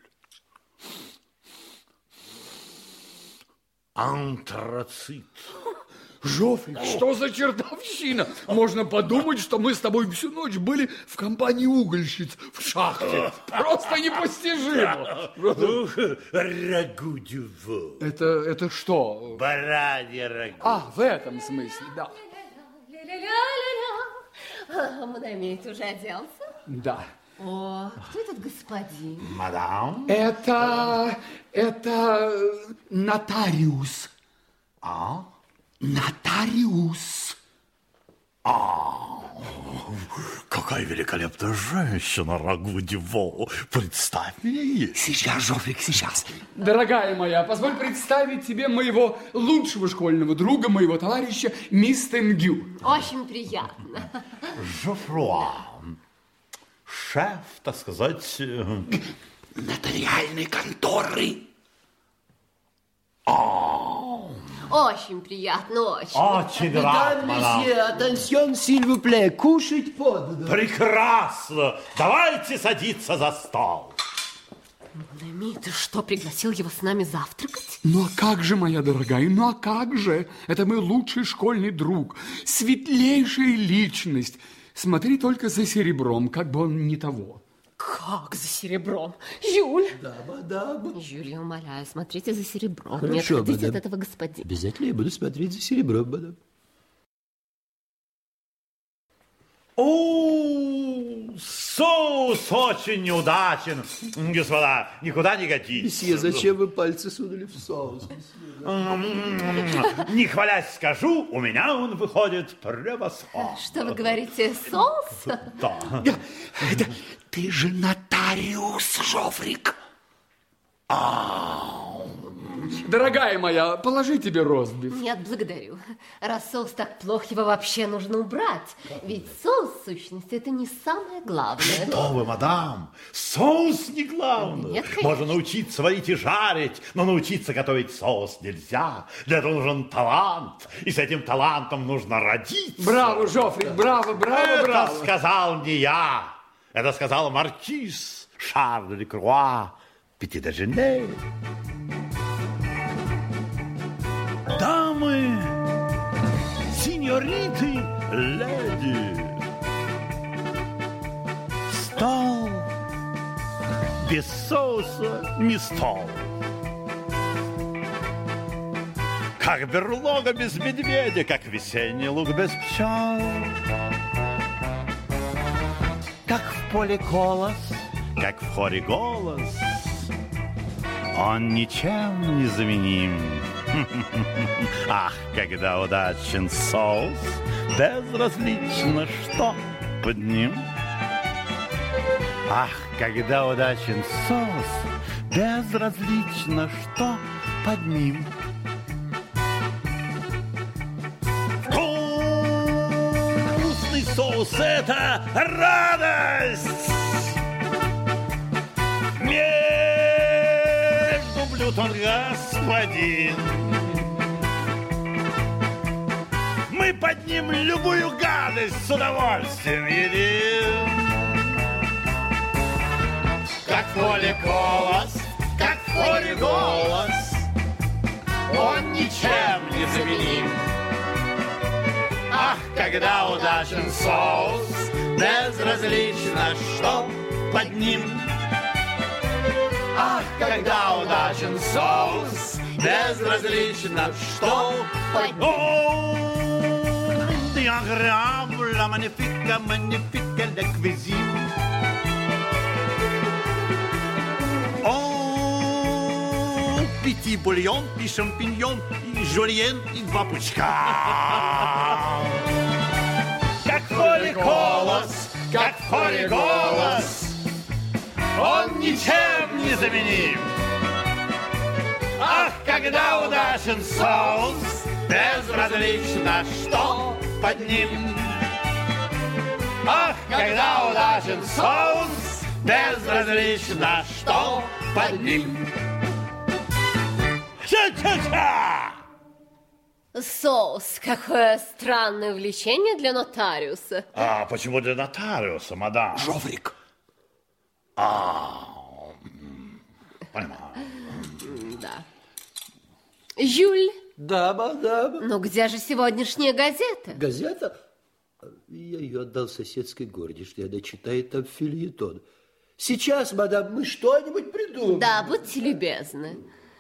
Антрацит. Жофрик, что за чертовщина? Можно подумать, что мы с тобой всю ночь были в компании угольщиц в шахте. Просто непостижимо. Рагу дюво. Это что? Баранье рагу. А, в этом смысле, да. Монумент уже оделся? Да. О, кто этот господин? Мадам? Это нотариус. А? Нотариус. Какая великолепная женщина, Рагу дюво. Представь мне ей. Сейчас, Жофрик, сейчас. Дорогая моя, позволь представить тебе моего лучшего школьного друга, моего товарища, мисс Тенгю. Очень приятно. Жофруа. Шеф, так сказать... Нотариальной конторы. Очень приятно, очень. Очень рад, мадам. месье, атенсьон, сильвупле, кушать подано. Прекрасно. Давайте садиться за стол. Монумент, ты что, пригласил его с нами завтракать? Ну а как же, моя дорогая, ну а как же? Это мой лучший школьный друг, светлейшая личность. Смотри только за серебром, как бы он не того. Как за серебром? Жюль! Да, мадам. Жюль, я умоляю, смотрите за серебром. Хорошо, Не отходите мадам. от этого господина. Обязательно я буду смотреть за серебром, мадам. О, соус очень неудачен, господа, никуда не годится. Месье, зачем вы пальцы сунули в соус? Не хвалясь скажу, у меня он выходит превосходно. Что вы говорите, соус? Да. Ты же нотариус, Жофрик. Дорогая моя, положи тебе ростбиф. Нет, благодарю. Раз соус так плох, его вообще нужно убрать. Ведь соус, в сущности, это не самое главное. Что вы, мадам, соус не главное. Нет, конечно. Можно научиться варить и жарить, но научиться готовить соус нельзя. Для этого нужен талант, и с этим талантом нужно родиться. Браво, Жофрик, браво, браво, Это браво. сказал не я, Это сказал маркиз Шарль де Круа Пяти-де-Жене. Дамы, сеньориты, леди, стол без соуса не стол. Как берлога без медведя, как весенний луг без пчел. Как в поле колос, как в хоре голос, он ничем не заменим. Ах, когда удачен соус, безразлично, что под ним. Ах, когда удачен соус, безразлично, что под ним. Вкусный соус — это радость! Между блюд он господин. Мы под ним любую гадость с удовольствием едим. Как в поле колос, как в хоре голос, он ничем не заменим. Ах, когда удачен соус, безразлично, что под ним. Ах, когда удачен соус, безразлично, что под ним. Agréable, la magnifique, magnifique, la cuisine. Oh, petit bouillon, puis champignon, и жульен, и два пучка. Как в хоре голос, как в хоре голос, он ничем не заменим. Ах, когда удачен соус, безразлично, что под ним. Ах, когда удачен соус, безразлично, что под ним. Ча-ча-ча! Соус, какое странное увлечение для нотариуса. А почему для нотариуса, мадам? Жоврик. Понимаю. Да. Жюль. Да, мадам. Ну где же сегодняшняя газета? Газета? Я ее отдал соседской горничной, она читает там фельетон. Сейчас, мадам, мы что-нибудь придумаем. Да, будьте любезны.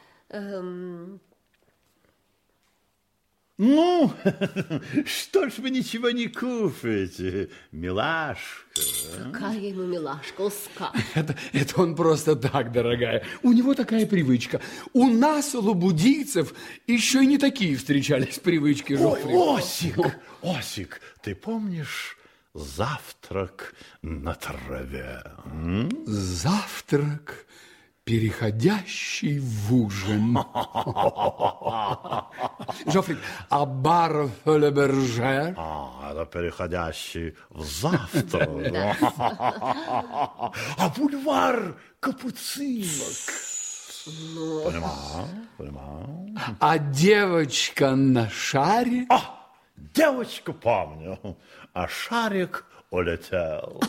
Ну, что ж вы ничего не кушаете, милашка? Какая ему милашка, ускак. Это он просто так, дорогая. У него такая привычка. У нас, у лабудийцев, еще и не такие встречались привычки. Ой, Осик, ты помнишь завтрак на траве? Завтрак, переходящий в ужин. Жофрик, а бар Фоле Бержер? Это переходящий в завтрак. А бульвар Капуцинок? Понимаю. А девочка на шаре? Девочку помню, а шарик улетел.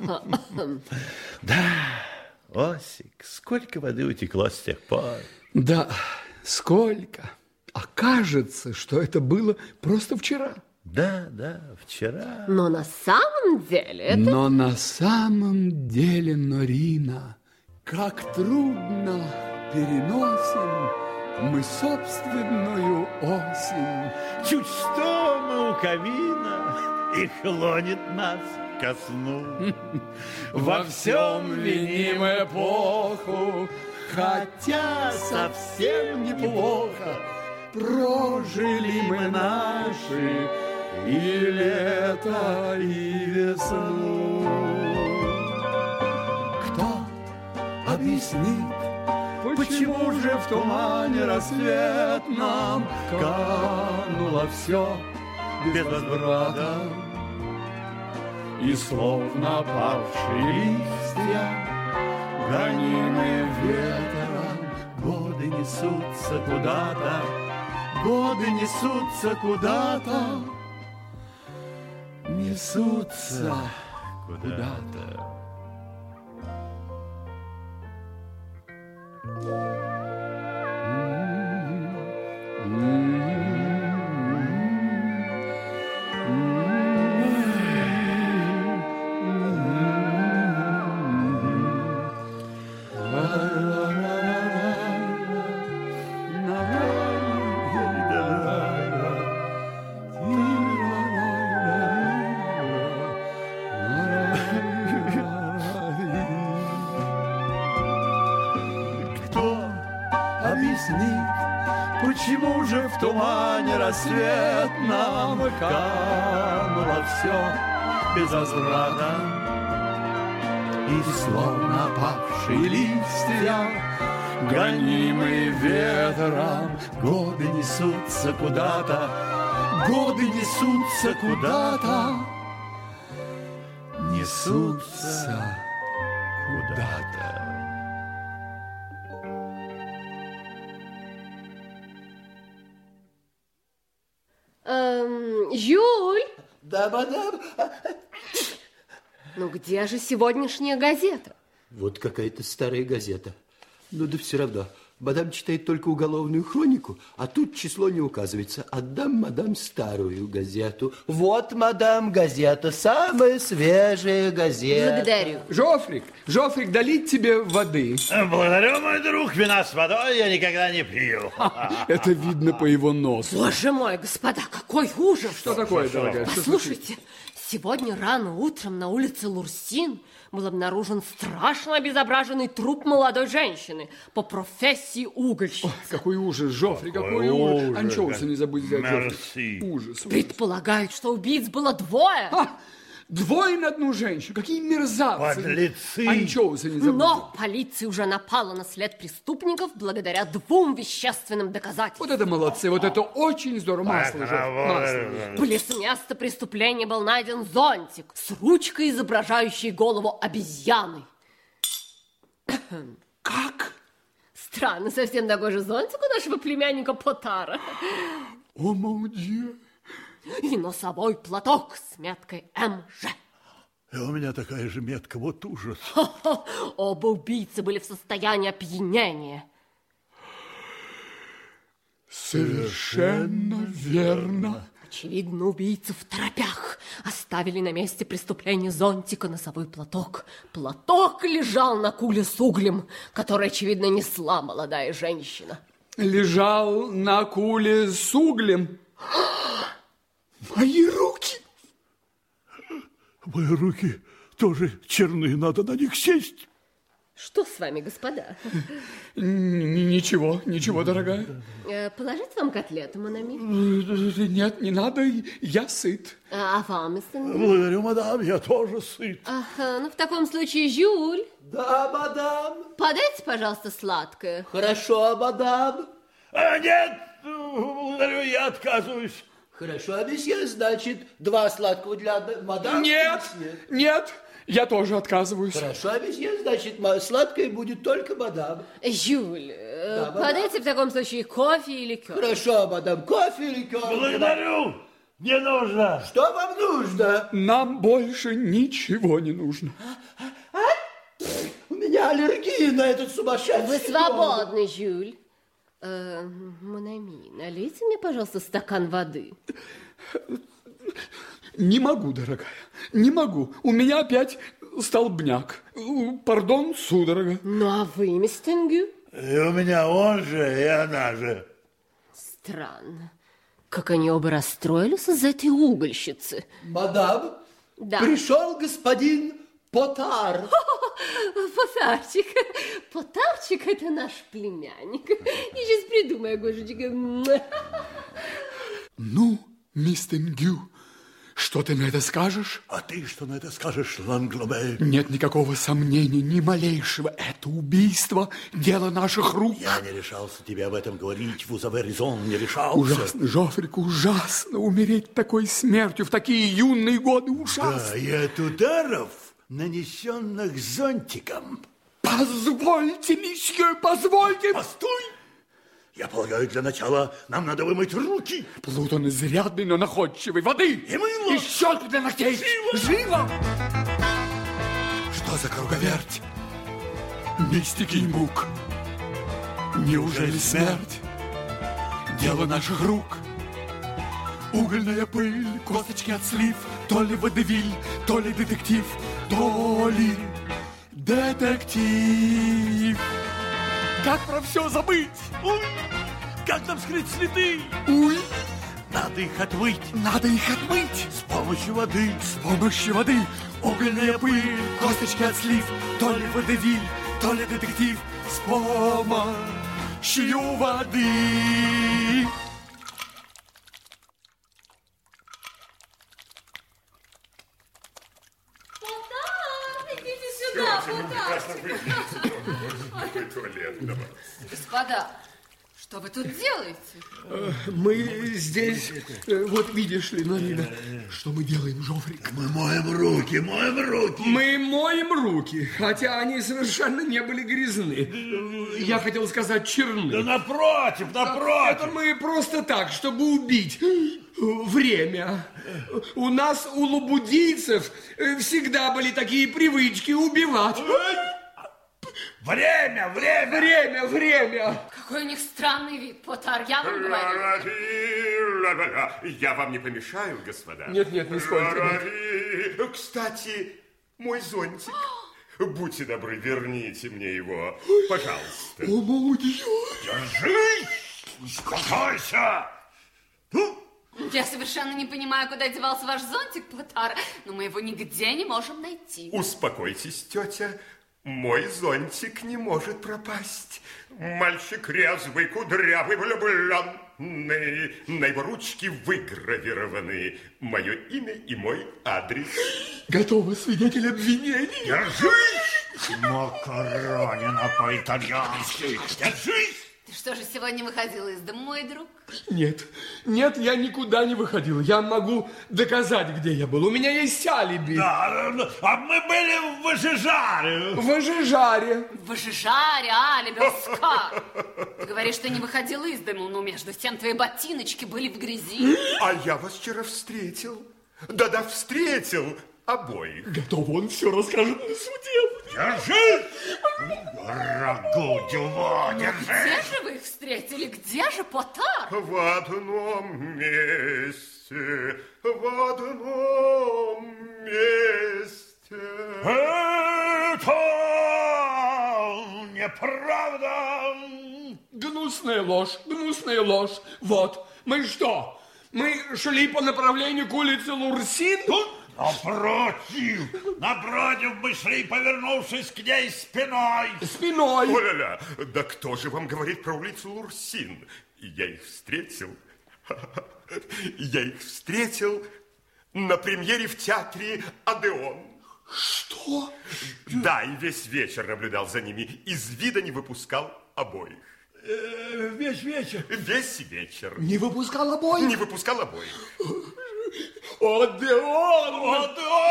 Да, Осик, сколько воды утекло с тех пор? Да, сколько. А кажется, что это было просто вчера. Да, вчера. Но на самом деле Но на самом деле, Норина, как трудно переносим мы собственную осень. Чуть что мы у камина, и клонит нас ко сну. Во всем виним эпоху, хотя совсем неплохо прожили мы наши и лето, и весну. Кто объяснит, почему же в тумане рассветном кануло все без возврата? И словно павшие листья, гонимые ветром, годы несутся куда-то, годы несутся куда-то, несутся куда-то. Почему же в тумане рассветном кануло все без возврата? И словно опавшие листья, гонимые ветром, годы несутся куда-то, годы несутся куда-то, несутся куда-то. Юль! Да, мадам. Ну где же сегодняшняя газета? Вот какая-то старая газета. Ну да все равно. Мадам читает только уголовную хронику, а тут число не указывается. Отдам мадам старую газету. Вот, мадам, газета, самая свежая газета. Благодарю. Жофрик, долить тебе воды? Благодарю, мой друг. Вина с водой я никогда не пью. Это видно по его носу. Боже мой, господа, какой ужас! Что такое, дорогая? Послушайте, сегодня рано утром на улице Лурсин был обнаружен страшно обезображенный труп молодой женщины по профессии угольщицы. Какой ужас, Жофри, какой ужас. Анчоуса не забудь взять, Жофри. Ужас. Предполагают, что убийц было двое. Двое на одну женщину. Какие мерзавцы. Подлецы. Анчоуса не забудь. Но полиция уже напала на след преступников благодаря 2 вещественным доказательствам. Вот это молодцы, вот это очень здорово. Масло, Жофри, масло. Близ места преступления был найден зонтик с ручкой, изображающей голову обезьяны. Как? Странно, совсем такой же зонтик у нашего племянника Потара. О, молодец. И носовой платок с меткой МЖ. И у меня такая же метка, вот ужас. Оба убийцы были в состоянии опьянения. Совершенно верно. Очевидно, убийцы в торопях оставили на месте преступления зонтик и носовой платок. Платок лежал на куле с углем, который, очевидно, несла молодая женщина. Лежал на куле с углем. Мои руки! Мои руки тоже черные, надо на них сесть. Что с вами, господа? Ничего, дорогая. Положить вам котлету, Монами? Нет, не надо, я сыт. А вам, мистер? Благодарю, мадам, я тоже сыт. Ага, ну в таком случае, Жюль. Да, мадам. Подайте, пожалуйста, сладкое. Хорошо, мадам. Нет, благодарю, я отказываюсь. Хорошо, а месье, значит, 2 сладкого для мадам? Нет, я тоже отказываюсь. Хорошо, а месье, значит, сладкое будет только мадам. Жюль, подайте в таком случае кофе и ликер. Хорошо, мадам, кофе и ликер. Благодарю, не нужно. Что вам нужно? Нам больше ничего не нужно. У меня аллергия на этот сумасшедший. Вы свободны, Жюль. Монами, налейте мне, пожалуйста, стакан воды. Не могу, дорогая, не могу. У меня опять столбняк. Пардон, судорога. Ну, а вы, мистер Гю? И у меня он же, и она же. Странно. Как они оба расстроились из-за этой угольщицы. Мадам, да. Пришел господин Потар. Потарчик. Потарчик – это наш племянник. Я сейчас придумаю, Гошечка. Ну, мистер Гю, что ты на это скажешь? А ты что на это скажешь, Ланглобе? Нет никакого сомнения, ни малейшего. Это убийство, дело наших рук. Я не решался тебе об этом говорить. Vous avez raison, не решался. Ужасно, Жофрик, ужасно умереть такой смертью в такие юные годы. Ужасно. Да, и от ударов, нанесенных зонтиком. Позвольте, месье, позвольте. Постой! Я полагаю, для начала нам надо вымыть руки. Плутон изрядный, но находчивый. Воды! И мыло! И щетку для ногтей! Живо! Что за круговерть? Мистики и мук. Неужели смерть дело наших рук? Угольная пыль, косточки от слив, то ли водевиль, то ли детектив, то ли детектив. Как про все забыть? Уй, как нам скрыть следы? Уй, Надо их отмыть надо их отмыть с помощью воды. с помощью воды. Угольная пыль, косточки от слив, то ли водевиль, то ли детектив, с помощью воды. Идите сюда, Господа, что вы тут делаете? Мы здесь, вот видишь ли, Нарина, что мы делаем, Жофрик? Мы моем руки, моем руки. Мы моем руки, хотя они совершенно не были грязны. Я хотел сказать черны. Да напротив, напротив. Это мы просто так, чтобы убить время. У нас, у лабудийцев, всегда были такие привычки убивать. Время, время. Время, время. Какой у них странный вид, Потар, я вам говорю. Я вам не помешаю, господа? Нет, нисколько. Кстати, мой зонтик. Будьте добры, верните мне его. Пожалуйста. О, молодец. Держись, успокойся. Я совершенно не понимаю, куда девался ваш зонтик, Потар, но мы его нигде не можем найти. Успокойтесь, тетя. Мой зонтик не может пропасть. Мальчик резвый, кудрявый, влюбленный. На его ручке выгравированы мое имя и мой адрес. Готовы, свидетель обвинения. Держись. Макаронина по-итальянски. Держись. Ты что же сегодня выходил из дома, мой друг? Нет, я никуда не выходил. Я могу доказать, где я был. У меня есть алиби. Да, а мы были в Важижаре. В Ажижаре. В Важижаре, Алиберска. Ты говоришь, что не выходил из дома, но между тем твои ботиночки были в грязи. А я вас вчера встретил. Да-да, встретил обоих. Готов, он все расскажет на суде. Держись. Дорогу дела, Где держись. же вы их встретили? Где же Потар? В одном месте, в одном месте. Это неправда. Гнусная ложь. Вот, мы что? Мы шли по направлению к улице Лурсин? Напротив, мы шли, повернувшись к ней спиной. Спиной. О-ля-ля, да кто же вам говорит про улицу Лурсин? Я их встретил на премьере в театре «Одеон». Что? Да, и весь вечер наблюдал за ними, из вида не выпускал обоих. Весь вечер. Весь вечер. Не выпускал обоих? Не выпускал обоих. Одеон!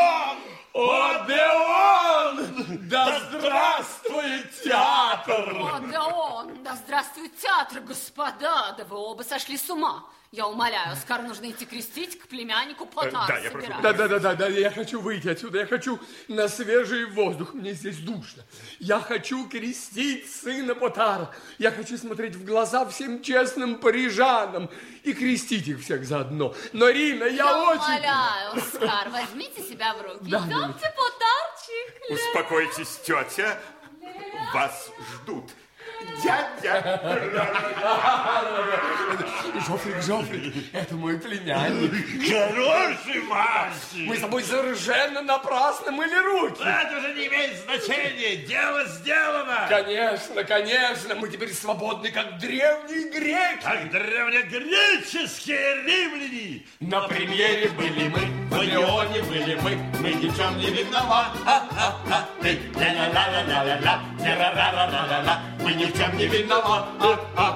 Да здравствует театр! О, да он! Да здравствует театр, господа! Да вы оба сошли с ума! Я умоляю, скоро нужно идти крестить к племяннику Потара. Да, я прошу. Да, я хочу выйти отсюда, я хочу на свежий воздух, мне здесь душно. Я хочу крестить сына Потара, я хочу смотреть в глаза всем честным парижанам и крестить их всех заодно. Но, Рина, я очень... умоляю, Оскар, возьмите себя в руки. Да, Идемте, Потарчик. Успокойтесь, тетя, вас ждут. Дядя! Жофрик, это мой племянник. Хороший мальчик. Мы с тобой совершенно напрасно мыли руки. Это уже не имеет значения. Дело сделано. Конечно, мы теперь свободны, как древние греки. Как древнегреческие римляне. На премьере были мы, в Одеоне были мы ни в чем не виноваты. Мы ни в чем не виноваты.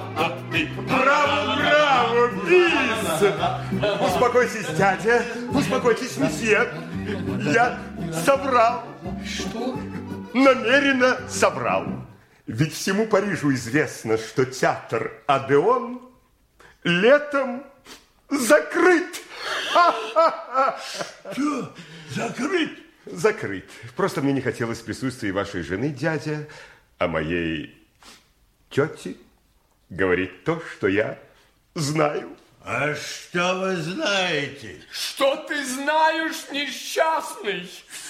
Браво, бис! Успокойтесь, дядя, успокойтесь, месье. Я соврал. Что? Намеренно соврал. Ведь всему Парижу известно, что театр «Одеон» летом закрыт. Что? Закрыт? Закрыт. Просто мне не хотелось присутствия вашей жены, дядя, а моей тети говорит то, что я знаю. А что вы знаете? Что ты знаешь, несчастный?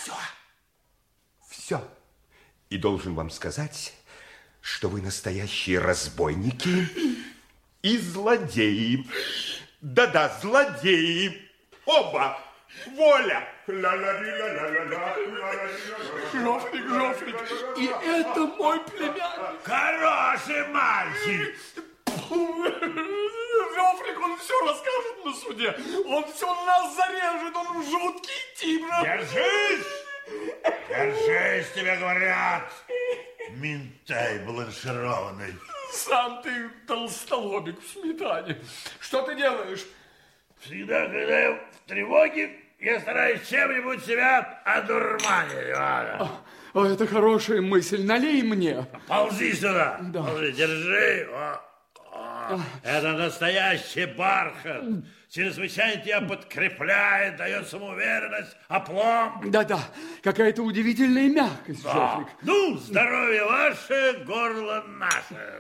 Все. И должен вам сказать, что вы настоящие разбойники и злодеи. Да-да, злодеи. Оба. Воля. Жофрик, и это мой племянник. Хороший мальчик. Жофрик, он все расскажет на суде. Он все нас зарежет, он жуткий тип. Держись! Держись, тебе говорят. Минтай бланшированный. Сам ты толстолобик в сметане. Что ты делаешь? Всегда, когда я в тревоге, я стараюсь чем-нибудь себя одурманить. Это хорошая мысль. Налей мне. Ползи сюда. Да. Ползи, держи. Это настоящий бархат. Чрезвычайно тебя подкрепляет, дает самоуверенность, опломб. Да-да, какая-то удивительная мягкость, Жофрик. Ну, здоровье ваше, горло наше.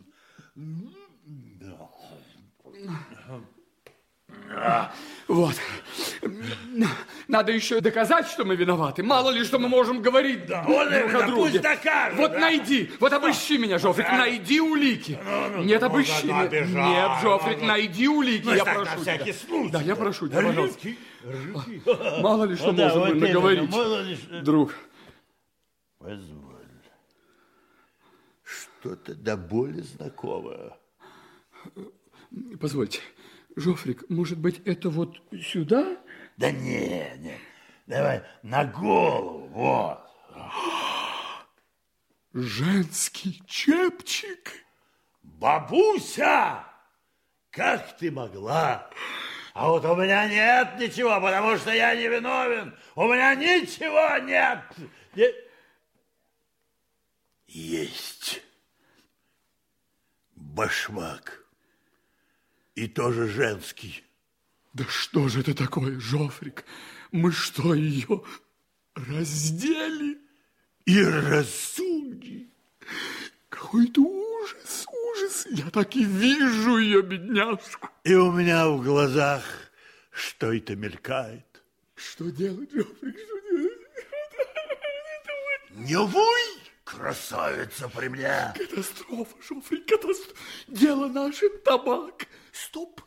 Вот. Надо еще доказать, что мы виноваты. Мало ли, что мы можем говорить друг о друге. Пусть докажет. Вот найди, вот обыщи меня, Жофрик, найди улики. Нет, обыщи меня. Нет, Жофрик, найди улики, я прошу тебя. Да, я прошу тебя, пожалуйста. Мало ли, что можем мы наговорить, друг. Позволь. Что-то до боли знакомое. Позвольте. Жофрик, может быть, это вот сюда? Да не. Давай на голову, вот. Женский чепчик. Бабуся, как ты могла? А вот у меня нет ничего, потому что я не виновен. У меня ничего нет. Есть. Башмак. И тоже женский. Да что же это такое, Жофрик? Мы что, ее раздели? И разули. Какой-то ужас. Я так и вижу ее, бедняжку. И у меня в глазах что это мелькает. Что делать, Жофрик, что делать? Не вой, красавица при мне. Катастрофа, Жофрик, катастрофа. Дело наше табак. Стоп.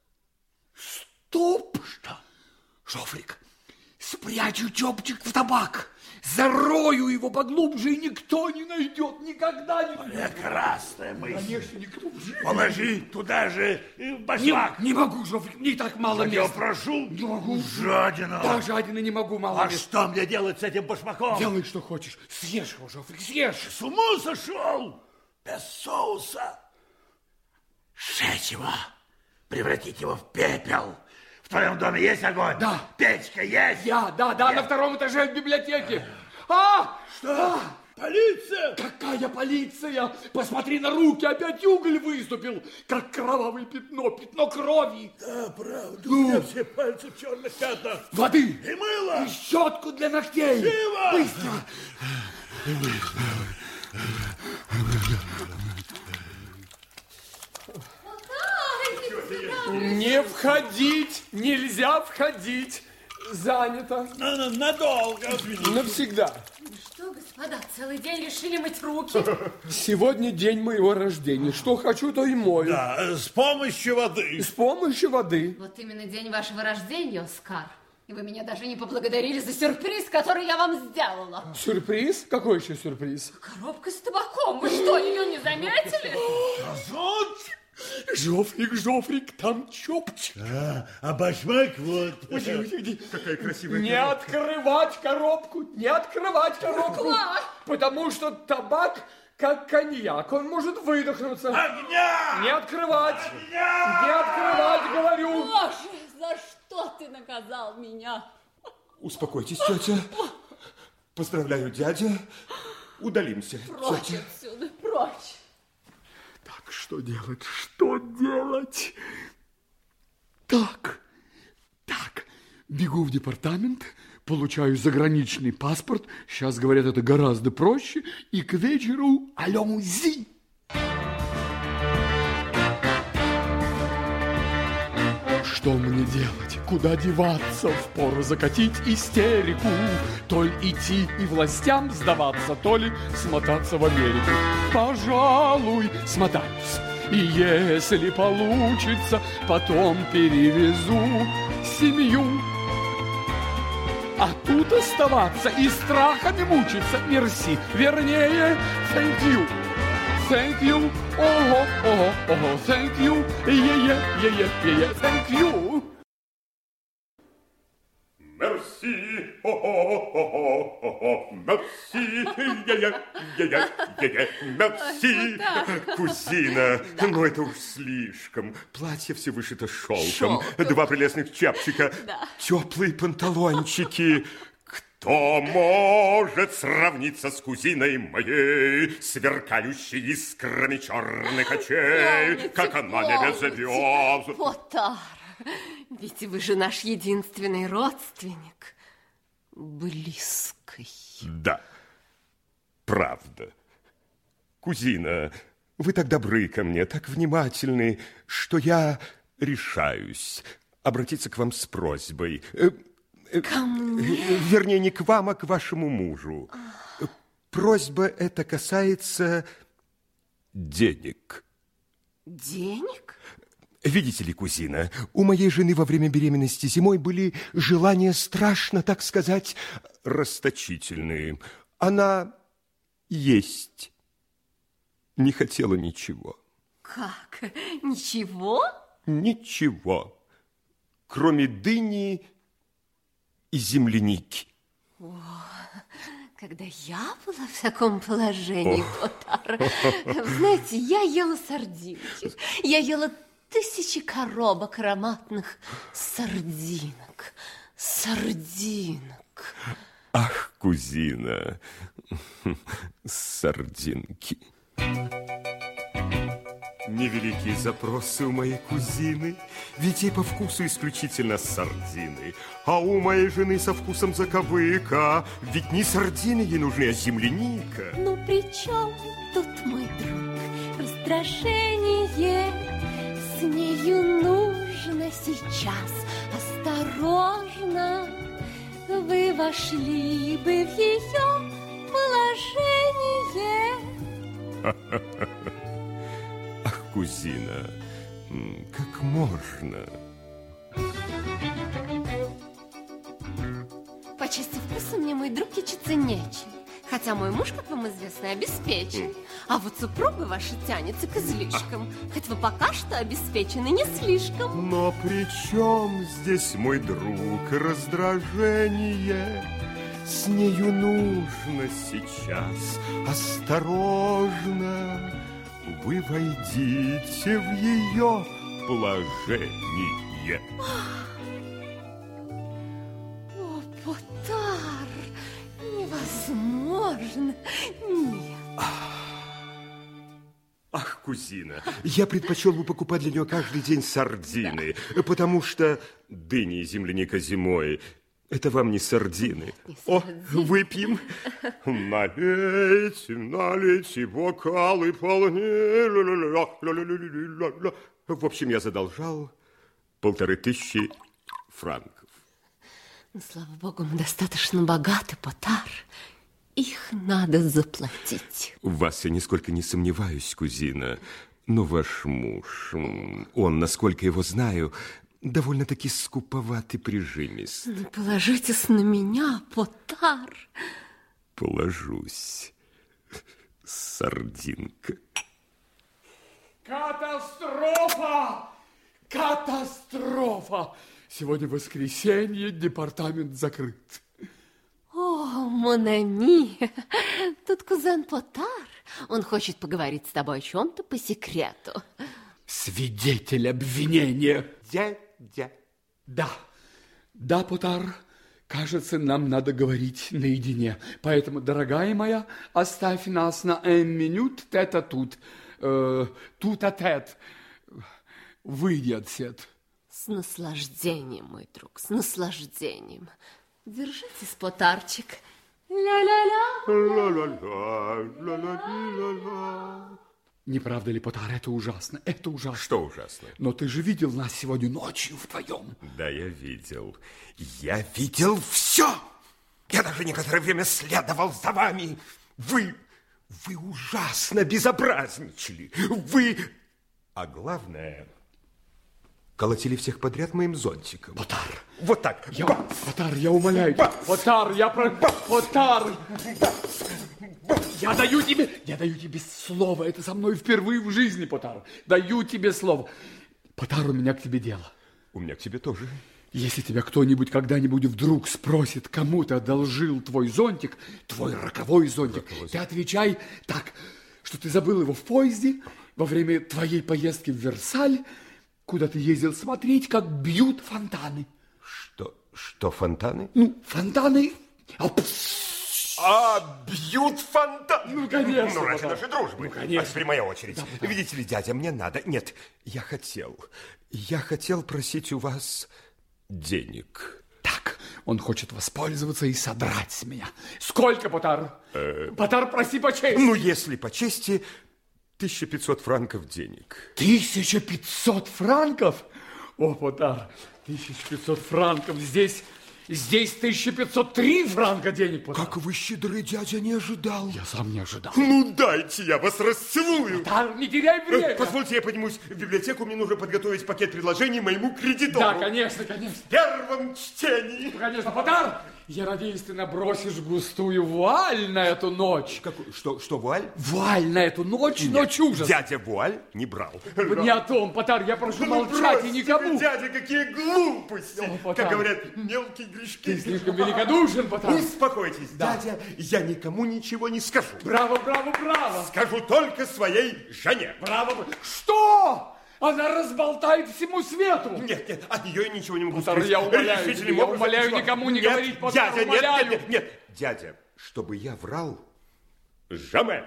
Что? Жофрик, спрячу чопчик в табак. Зарою его поглубже, и никто не найдет. Никогда не найдет. Прекрасная мысль. Конечно, никто в жизни. Положи туда же башмак. Не могу, Жофрик, не так мало места. Я прошу. Не могу. Жадина. Да, жадина, не могу, мало места. Что мне делать с этим башмаком? Делай, что хочешь. Съешь его, Жофрик, съешь. С ума сошел? Без соуса. Сжечь его. Превратить его в пепел. В твоем доме есть огонь? Да. Печка есть? Да, на втором этаже в библиотеке. Что? Полиция? Какая полиция? Посмотри на руки, опять уголь выступил, как кровавое пятно крови. Да, правда, у меня все пальцы в черных пятнах. Воды. И мыло. И щетку для ногтей. Живо. Быстро. Не входить, нельзя входить. Занято. Надолго. Навсегда. Что, господа, целый день решили мыть руки? Сегодня день моего рождения. Что хочу, то и мою. Да, с помощью воды. С помощью воды. Вот именно день вашего рождения, Оскар. И вы меня даже не поблагодарили за сюрприз, который я вам сделала. Сюрприз? Какой еще сюрприз? Коробка с табаком. Вы что, ее не заметили? Жофрик, там чопчик. А башмак вот. Какая красивая Не открывать коробку, потому что табак как коньяк, он может выдохнуться. Огня! Не открывать, Огня! не открывать, говорю. Боже, за что ты наказал меня? Успокойтесь, тетя. Поздравляю, дядя. Удалимся, Прочь тетя. отсюда, прочь. Так, что делать? Что делать? Так, бегу в департамент, получаю заграничный паспорт. Сейчас, говорят, это гораздо проще. И к вечеру алло-зи. Что мне делать? Куда деваться? Впору закатить истерику. То ли идти и властям сдаваться, то ли смотаться в Америку. Пожалуй, смотаюсь. И если получится, потом перевезу семью. А тут оставаться и страхами мучиться. Мерси, вернее, thank you. Thank you, ого, ого, ого, thank you, thank you. Мерси, ого, мерси, мерси. Кузина, ну это уж слишком. Платье все вышито шелком, два прелестных чепчика, теплые панталончики. Кто может сравниться с кузиной моей, сверкающей искрами черных очей, как она не звезд? Потар, ведь вы же наш единственный родственник, близкий. Да, правда. Кузина, вы так добры ко мне, так внимательны, что я решаюсь обратиться к вам с просьбой. Ко мне? Вернее, не к вам, а к вашему мужу. Просьба эта касается денег. Денег? Видите ли, кузина, у моей жены во время беременности зимой были желания страшно, так сказать, расточительные. Она есть не хотела ничего. Как? Ничего? Ничего, кроме дыни и земляники. О, когда я была в таком положении, Потар, знаете, я ела сардинки. Я ела 1000 коробок ароматных сардинок. Сардинок. Ах, кузина, сардинки. Невеликие запросы у моей кузины, ведь ей по вкусу исключительно сардины. А у моей жены со вкусом заковыка, ведь не сардины ей нужны, а земляника. Ну, при чем тут, мой друг, раздражение? С нею нужно сейчас осторожно. Вы вошли бы в ее положение. Ах, кузина, как можно? По части вкуса мне, мой друг, кичиться нечем. Хотя мой муж, как вам известно, обеспечен. А вот супруга ваша тянется к излишкам. Хоть вы пока что обеспечены не слишком. Но при чем здесь, мой друг, раздражение? С нею нужно сейчас осторожно. Вы войдите в ее положение. О, Потар, невозможно. Нет. Ах, кузина, я предпочел бы покупать для нее каждый день сардины, потому что дыни и земляника зимой – это вам не сардины. О, выпьем. Налейте, налейте бокалы полны. В общем, я задолжал 1500 франков. Ну, слава богу, мы достаточно богаты, Потар. Их надо заплатить. В вас я нисколько не сомневаюсь, кузина. Но ваш муж, он, насколько его знаю, довольно-таки скуповат и прижимист. Ну, положитесь на меня, Потар. Положусь, сардинка. Катастрофа! Катастрофа! Сегодня воскресенье, департамент закрыт. О, Монами, тут кузен Потар. Он хочет поговорить с тобой о чем-то по секрету. Свидетель обвинения. Дядя. Да, Потар, кажется, нам надо говорить наедине. Поэтому, дорогая моя, оставь нас на 1 минут тет-а-тут. Тут-а-тет. Выйди отсюда. С наслаждением, мой друг, с наслаждением. Держитесь, Потарчик. Ля-ля-ля. Ла-ла-ла, ла-ла-ла-ла-ла. Не правда ли, Потар, это ужасно, это ужасно. Что ужасно? Но ты же видел нас сегодня ночью вдвоем. Да, я видел. Я видел все. Я даже некоторое время следовал за вами. Вы ужасно безобразничали. А главное, колотили всех подряд моим зонтиком. Потар. Вот так. Потар, я умоляю тебя. Потар, Потар. Я даю тебе слово. Это со мной впервые в жизни, Потар. Даю тебе слово. Потар, у меня к тебе дело. У меня к тебе тоже. Если тебя кто-нибудь когда-нибудь вдруг спросит, кому ты одолжил твой зонтик, твой роковой зонтик, ты отвечай так, что ты забыл его в поезде во время твоей поездки в Версаль, куда ты ездил смотреть, как бьют фонтаны. Что фонтаны? Ну, фонтаны... бьют фонтаны. Ну, конечно. Ну, ради нашей дружбы. Ну, конечно. А теперь моя очередь. Да. Видите ли, дядя, мне надо... Нет, я хотел просить у вас денег. Так, он хочет воспользоваться и содрать с меня. Сколько, Потар? Потар, проси по чести. Ну, если по чести, 1500 франков денег. 1500 франков? О, Потар, 1500 франков. Здесь 1503 франка денег, Потар. Как вы щедры, дядя, не ожидал. Я сам не ожидал. Ну, дайте, я вас расцелую. Потар, не теряй время. Позвольте, я поднимусь в библиотеку, мне нужно подготовить пакет предложений моему кредитору. Да, конечно, конечно. В первом чтении. Конечно, Потар, я надеюсь, ты набросишь густую вуаль на эту ночь. Какую? Что вуаль? Вуаль на эту ночь, ночь ужаса. Дядя вуаль не брал. Не о том, Потар, я прошу молчать и никому. Дядя, какие глупости. Потар, как говорят, мелкие грешки. Ты слишком великодушен, Потар. Успокойтесь, дядя, я никому ничего не скажу. Браво, браво, браво. Скажу только своей жене. Браво. Что? Она разболтает всему свету. Нет, от нее я ничего не могу Потар, скрыть. я умоляю никому не говорить, Потар, дядя, умоляю. Нет, дядя, чтобы я врал, jamais.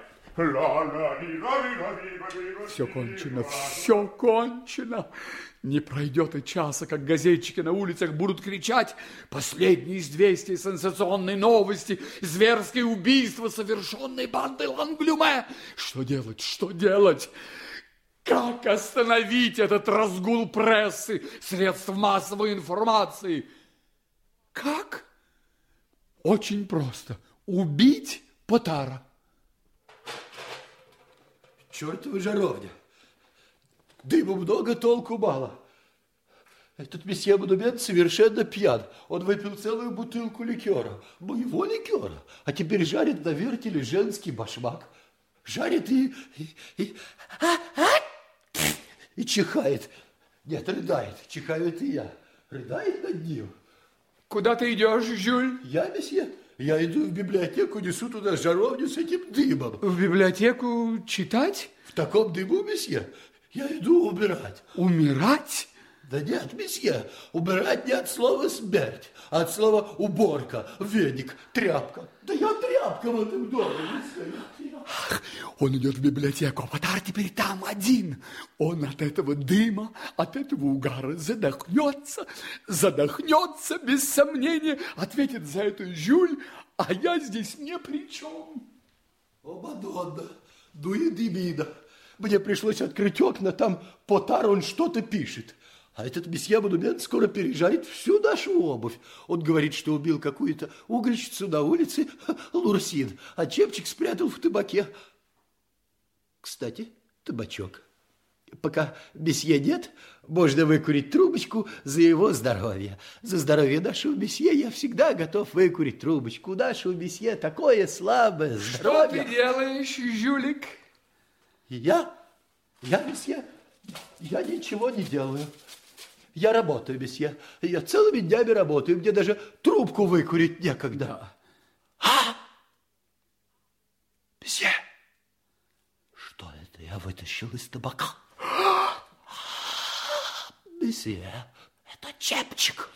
Все кончено. Не пройдет и часа, как газетчики на улицах будут кричать: последние известия, сенсационные новости, зверские убийства, совершенные бандой Ланглюме. Что делать? Как остановить этот разгул прессы, средств массовой информации? Как? Очень просто. Убить Потара. Чертова жаровня. Дыма много, толку мало. Этот месье Монумент совершенно пьян. Он выпил целую бутылку ликера. Моего ликера. А теперь жарит на вертеле женский башмак. Жарит и чихает. Нет, рыдает. Чихаю это я. Рыдает над ним. Куда ты идешь, Жюль? Я, месье. Я иду в библиотеку, несу туда жаровню с этим дымом. В библиотеку читать? В таком дыму, месье, я иду умирать. Умирать? Да нет, месье, убирать не от слова смерть, а от слова уборка, веник, тряпка. Да я тряпка в этом доме, месье. Он идет в библиотеку, а Потар теперь там один. Он от этого дыма, от этого угара задохнется без сомнения, ответит за это Жюль, а я здесь ни при чем. О, Мадонна, дуедимина. Мне пришлось открыть окна, там Потар, он что-то пишет. А этот месье Монумент скоро пережарит всю нашу обувь. Он говорит, что убил какую-то угольщицу на улице Лурсин, а чепчик спрятал в табаке. Кстати, табачок. Пока месье нет, можно выкурить трубочку за его здоровье. За здоровье нашего месье я всегда готов выкурить трубочку. У нашего месье такое слабое здоровье. Что ты делаешь, Жюлик? Я, месье, я ничего не делаю. Я работаю, месье. Я целыми днями работаю. Мне даже трубку выкурить некогда. Месье, что это я вытащил из табака? Месье, это чепчик.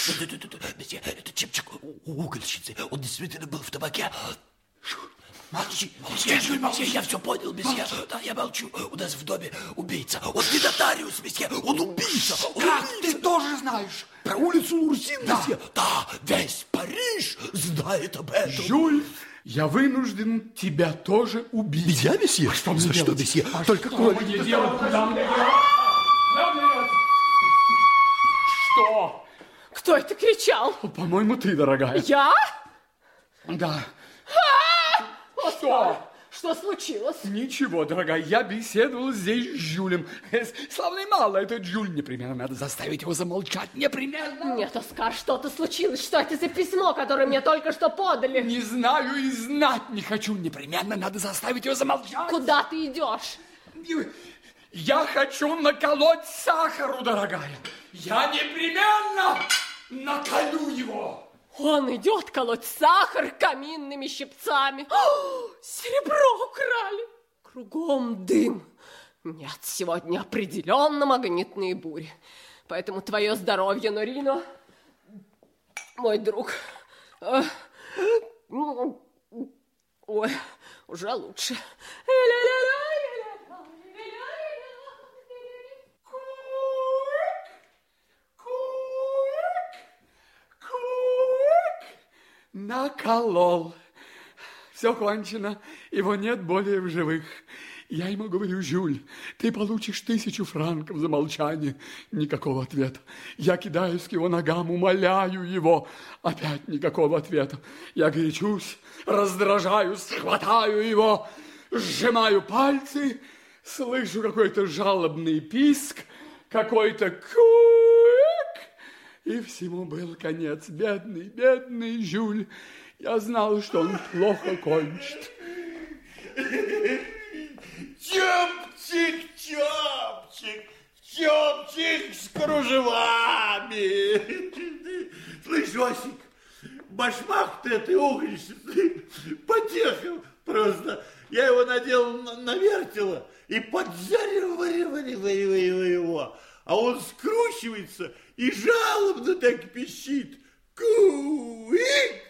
Месье, это чепчик угольщицы. Он действительно был в табаке. месье, я все понял, месье. Да, я молчу. У нас в доме убийца. Он не нотариус, месье, он убийца. Как? Ты тоже знаешь? Про улицу Лурсин, месье? Да, весь Париж знает об этом. Жюль, я вынужден тебя тоже убить. Меня, месье? Что мне За делать? что, месье? Только что мне делать? Куда мне делать? Что? Кто это кричал? По-моему, ты, дорогая. Я? Да. Что? Что случилось? Ничего, дорогая, я беседовал здесь с Жюлем. Славно и мало, этот Жюль, непременно надо заставить его замолчать, непременно. Нет, Оскар, что-то случилось. Что это за письмо, которое мне только что подали? Не знаю и знать не хочу, непременно надо заставить его замолчать. Куда ты идешь? Я хочу наколоть сахару, дорогая. Я непременно наколю его. Он идет колоть сахар каминными щипцами. О, серебро украли. Кругом дым. Нет, сегодня определенно магнитные бури. Поэтому твое здоровье, Норино, мой друг. Ой, уже лучше. Наколол. Все кончено. Его нет более в живых. Я ему говорю: Жюль, ты получишь 1000 франков за молчание. Никакого ответа. Я кидаюсь к его ногам, умоляю его. Опять никакого ответа. Я горячусь, раздражаюсь, хватаю его, сжимаю пальцы, слышу какой-то жалобный писк, какой-то куик. И всему был конец. Бедный, бедный Жюль. Я знал, что он плохо кончит. Чопчик, чопчик, чопчик с кружевами. Слышь, Осик, башмак ты этой угольщицы, потеха просто. Я его надел на вертело и поджариваю его, а он скручивается и жалобно так пищит. Куик,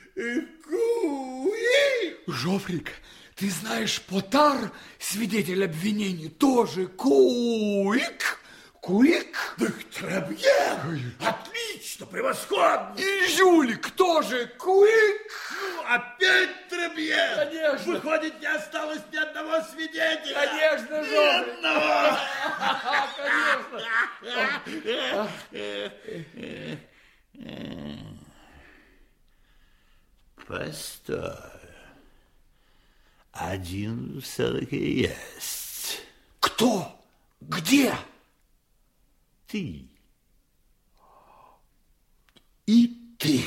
куик. Жофрик, ты знаешь, Потар, свидетель обвинений, тоже куик, куик. Да Трабьен, отлично, превосходно. И Жюлик тоже куик. Ну, опять Трабьен. Конечно. Выходит, не осталось ни одного свидетеля. Конечно, Ни Жофрик. одного. Конечно. Постой. Один все-таки есть. Кто? Где? Ты. И ты.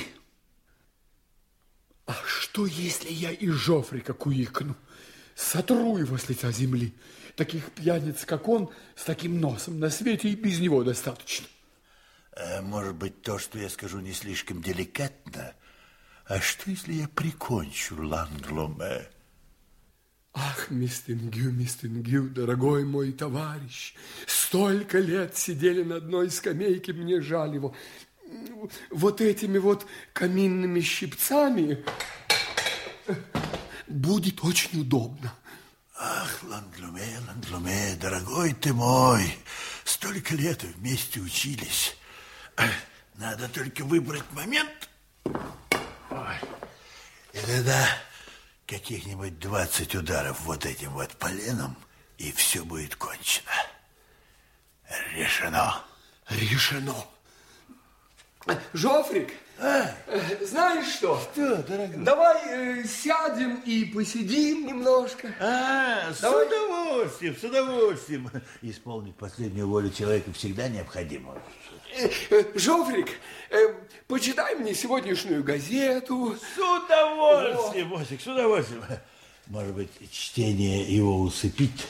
А что, если я и Жофрика куикну? Сотру его с лица земли. Таких пьяниц, как он, с таким носом на свете и без него достаточно. Может быть, то, что я скажу, не слишком деликатно. А что, если я прикончу Лангломе? Ах, мистер Мстингю, дорогой мой товарищ, столько лет сидели на одной скамейке, мне жаль его. Вот этими вот каминными щипцами будет очень удобно. Ах, Лангломе, дорогой ты мой, столько лет вместе учились. Надо только выбрать момент. Ой. И тогда каких-нибудь 20 ударов вот этим вот поленом, и все будет кончено. Решено. Решено. Жофрик, знаешь что? Что, дорогой? Давай сядем и посидим немножко. С удовольствием. Исполнить последнюю волю человека всегда необходимо. Жофрик, почитай мне сегодняшнюю газету. С удовольствием, Осик, с удовольствием. Может быть, чтение его усыпить?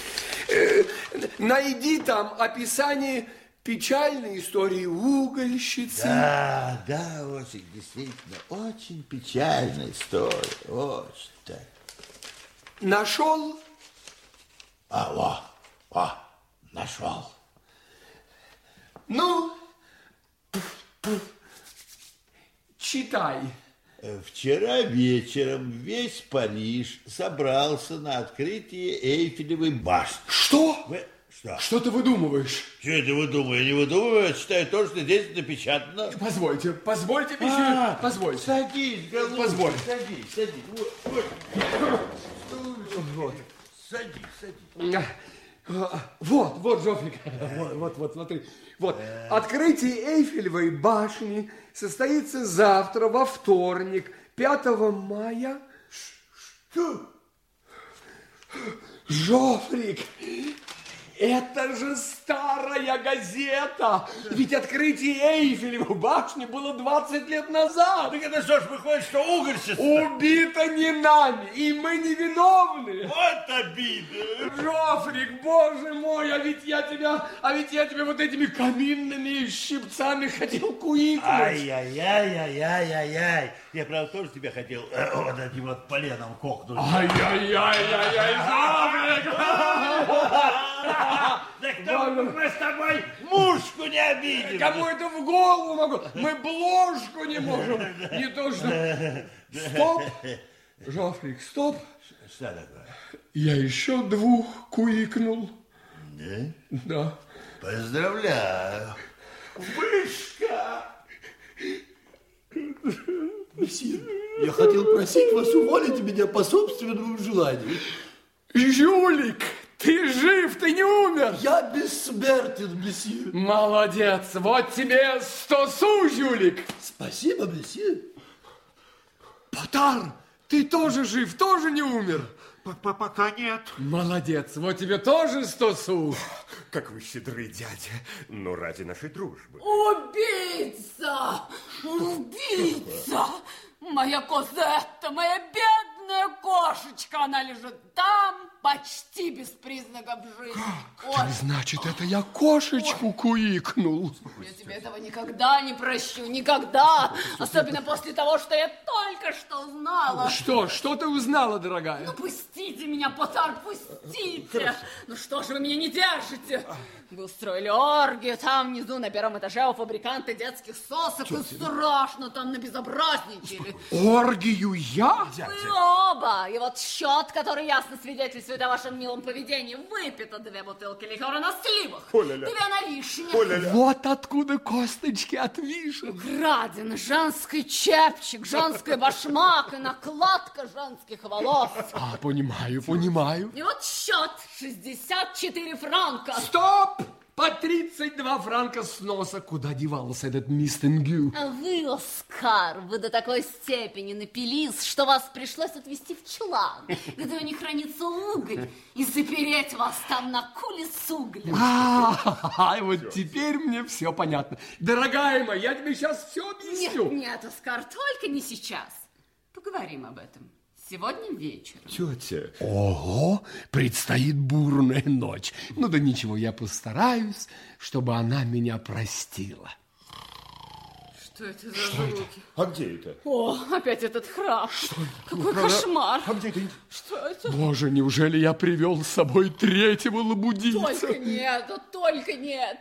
Найди там описание печальной истории угольщицы. Да, Осик, действительно, очень печальная история. Очень так. Нашел? Нашел. Ну, читай. Вчера вечером весь Париж собрался на открытие Эйфелевой башни. Что? Что? Что ты выдумываешь? Что это выдумываю? Я не выдумываю, я читаю то, что здесь напечатано. Позвольте, месье, позвольте. Садись, голубчик, Позволь. садись. Вот. Садись. Вот, Жофрик. Вот, смотри. Вот, открытие Эйфелевой башни состоится завтра, во вторник, 5 мая. Что? Жофрик, это же старая газета. Ведь открытие Эйфелевой башни было 20 лет назад. Так это что ж, выходит, что угольщица? Убито не нами, и мы не виновны. Вот обида. Жофрик, боже мой, а ведь я тебя вот этими каминными щипцами хотел куикнуть. Ай-яй-яй-яй-яй-яй. Я, правда, тоже тебя хотел вот этим вот поленом кокнуть. Ай-яй-яй-яй-яй, Жофрик! Да кто мы с тобой мушку не обидим? Кому это в голову могу? Мы бложку не можем. Не то что... Стоп! Жофрик, стоп! Что такое? Я еще 2 куикнул. Да? Да. Поздравляю. Вышка! Месье, я хотел просить вас уволить меня по собственному желанию. Жулик, ты жив, ты не умер. Я бессмертен, месье. Молодец, вот тебе 100 су, Жулик. Спасибо, месье. Потар, ты тоже жив, тоже не умер. Пока нет. Молодец, вот тебе тоже 100 су. Как вы щедры, дядя. Но ради нашей дружбы. Убийца! Убийца! Моя Козетта, моя бедная кошечка, она лежит там, почти без признаков жизни. Как? Значит, это я кошечку куикнул. Я тебе этого никогда не прощу, никогда. Особенно после того, что я только что узнала. Что ты узнала, дорогая? Ну, пустите меня, Потар, пустите. Ну, что же вы меня не держите? Вы устроили оргию там внизу на 1-м этаже у фабриканта детских сосок. И страшно там набезобразничали. Оргию я? Вы оба. И вот счет, который ясно свидетельствует о вашем милом поведении. Выпито 2 бутылки ликера на сливах, 2 на вишне. Вот откуда косточки от вишен. Градин, женский чепчик, женский башмак и накладка женских волос. Понимаю. И вот счет 64 франка. Стоп! По 32 франка с носа. Куда девался этот мистер Гю? А вы, Оскар, вы до такой степени напились, что вас пришлось отвезти в чулан, где у них хранится уголь, и запереть вас там на куле с углем. Вот теперь мне все понятно. Дорогая моя, я тебе сейчас все объясню. Нет, Оскар, только не сейчас. Поговорим об этом. Сегодня вечером. Тетя. Ого, предстоит бурная ночь. Ну да ничего, я постараюсь, чтобы она меня простила. Что это за звуки? А где это? О, опять этот храп. Какой кошмар. А где это? Что это? Боже, неужели я привел с собой 3-го лабудийца? Только нет.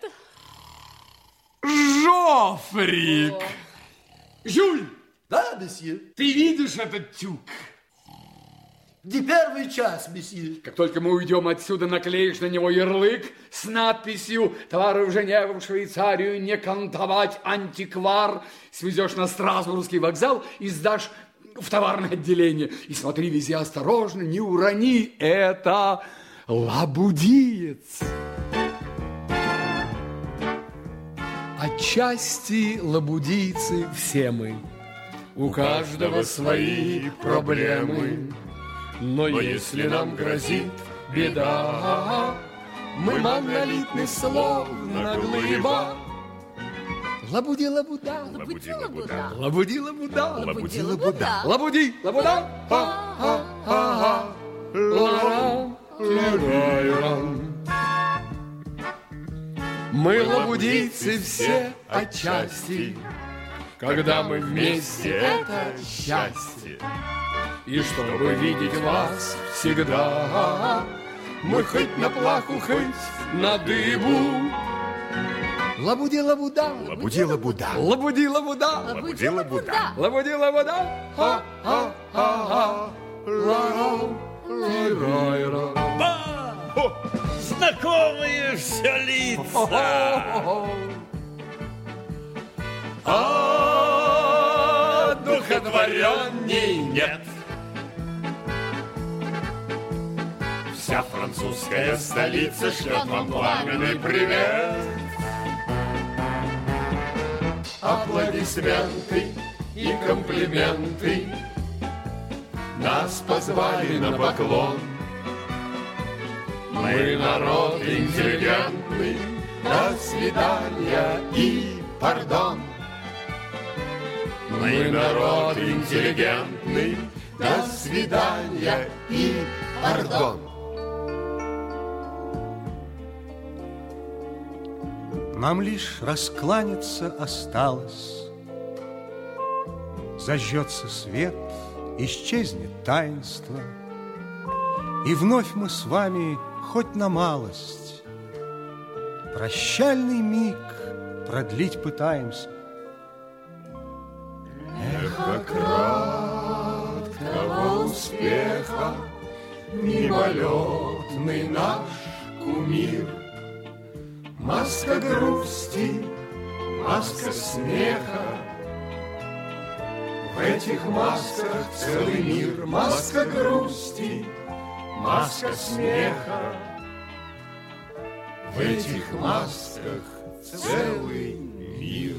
Жофрик! Жюль! Да, месье? Ты видишь этот тюк? Не 1-й час, месье. Как только мы уйдем отсюда, наклеишь на него ярлык с надписью «Товары в Женеву, в Швейцарию, не кантовать, антиквар». Свезешь на Страсбургский вокзал и сдашь в товарное отделение. И смотри, вези осторожно, не урони. Это лабудиец. Отчасти лабудийцы все мы. У каждого свои проблемы. Но если нам грозит беда, мы монолитны, словно глыба. Лабуди-лабуда, Лабуди-лабуда. лабуди-лабуда, Лабуди-лабуда. лабуди-лабуда. Мы лабудийцы все отчасти, когда мы вместе, это счастье. И чтобы видеть вас всегда, мы хоть на плаху, хоть на дыбу, Лабуди-лабуда. Лабуди-лабуда. Лабуди-лабуда. Лабуди-лабуда. Лабуди-лабуда. Ха-ха-ха-ха. Ра-ра-ра-ра-ра. Ба! Знакомые все лица. Духотворенней нет. Вся французская столица шлет вам пламенный привет. Аплодисменты и комплименты нас позвали на поклон. Мы народ интеллигентный. До свидания и пардон. Мы народ интеллигентный. До свидания и пардон. Нам лишь раскланяться осталось. Зажжется свет, исчезнет таинство, и вновь мы с вами хоть на малость прощальный миг продлить пытаемся. Эхо краткого успеха, мимолетный наш кумир. Маска грусти, маска смеха, в этих масках целый мир. Маска грусти, маска смеха, в этих масках целый мир.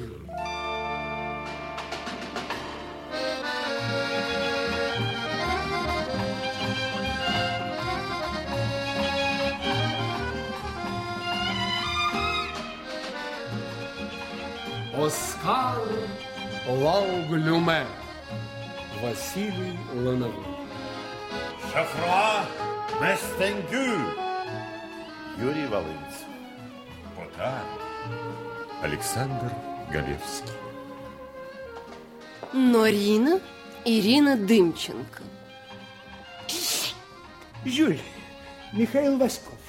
Оскар Ланглюме. Василий Лановой. Шафруа Местенгю. Юрий Волынцев. Ботан. Александр Галевский. Норина Ирина Дымченко. Жюль, Михаил Васьков.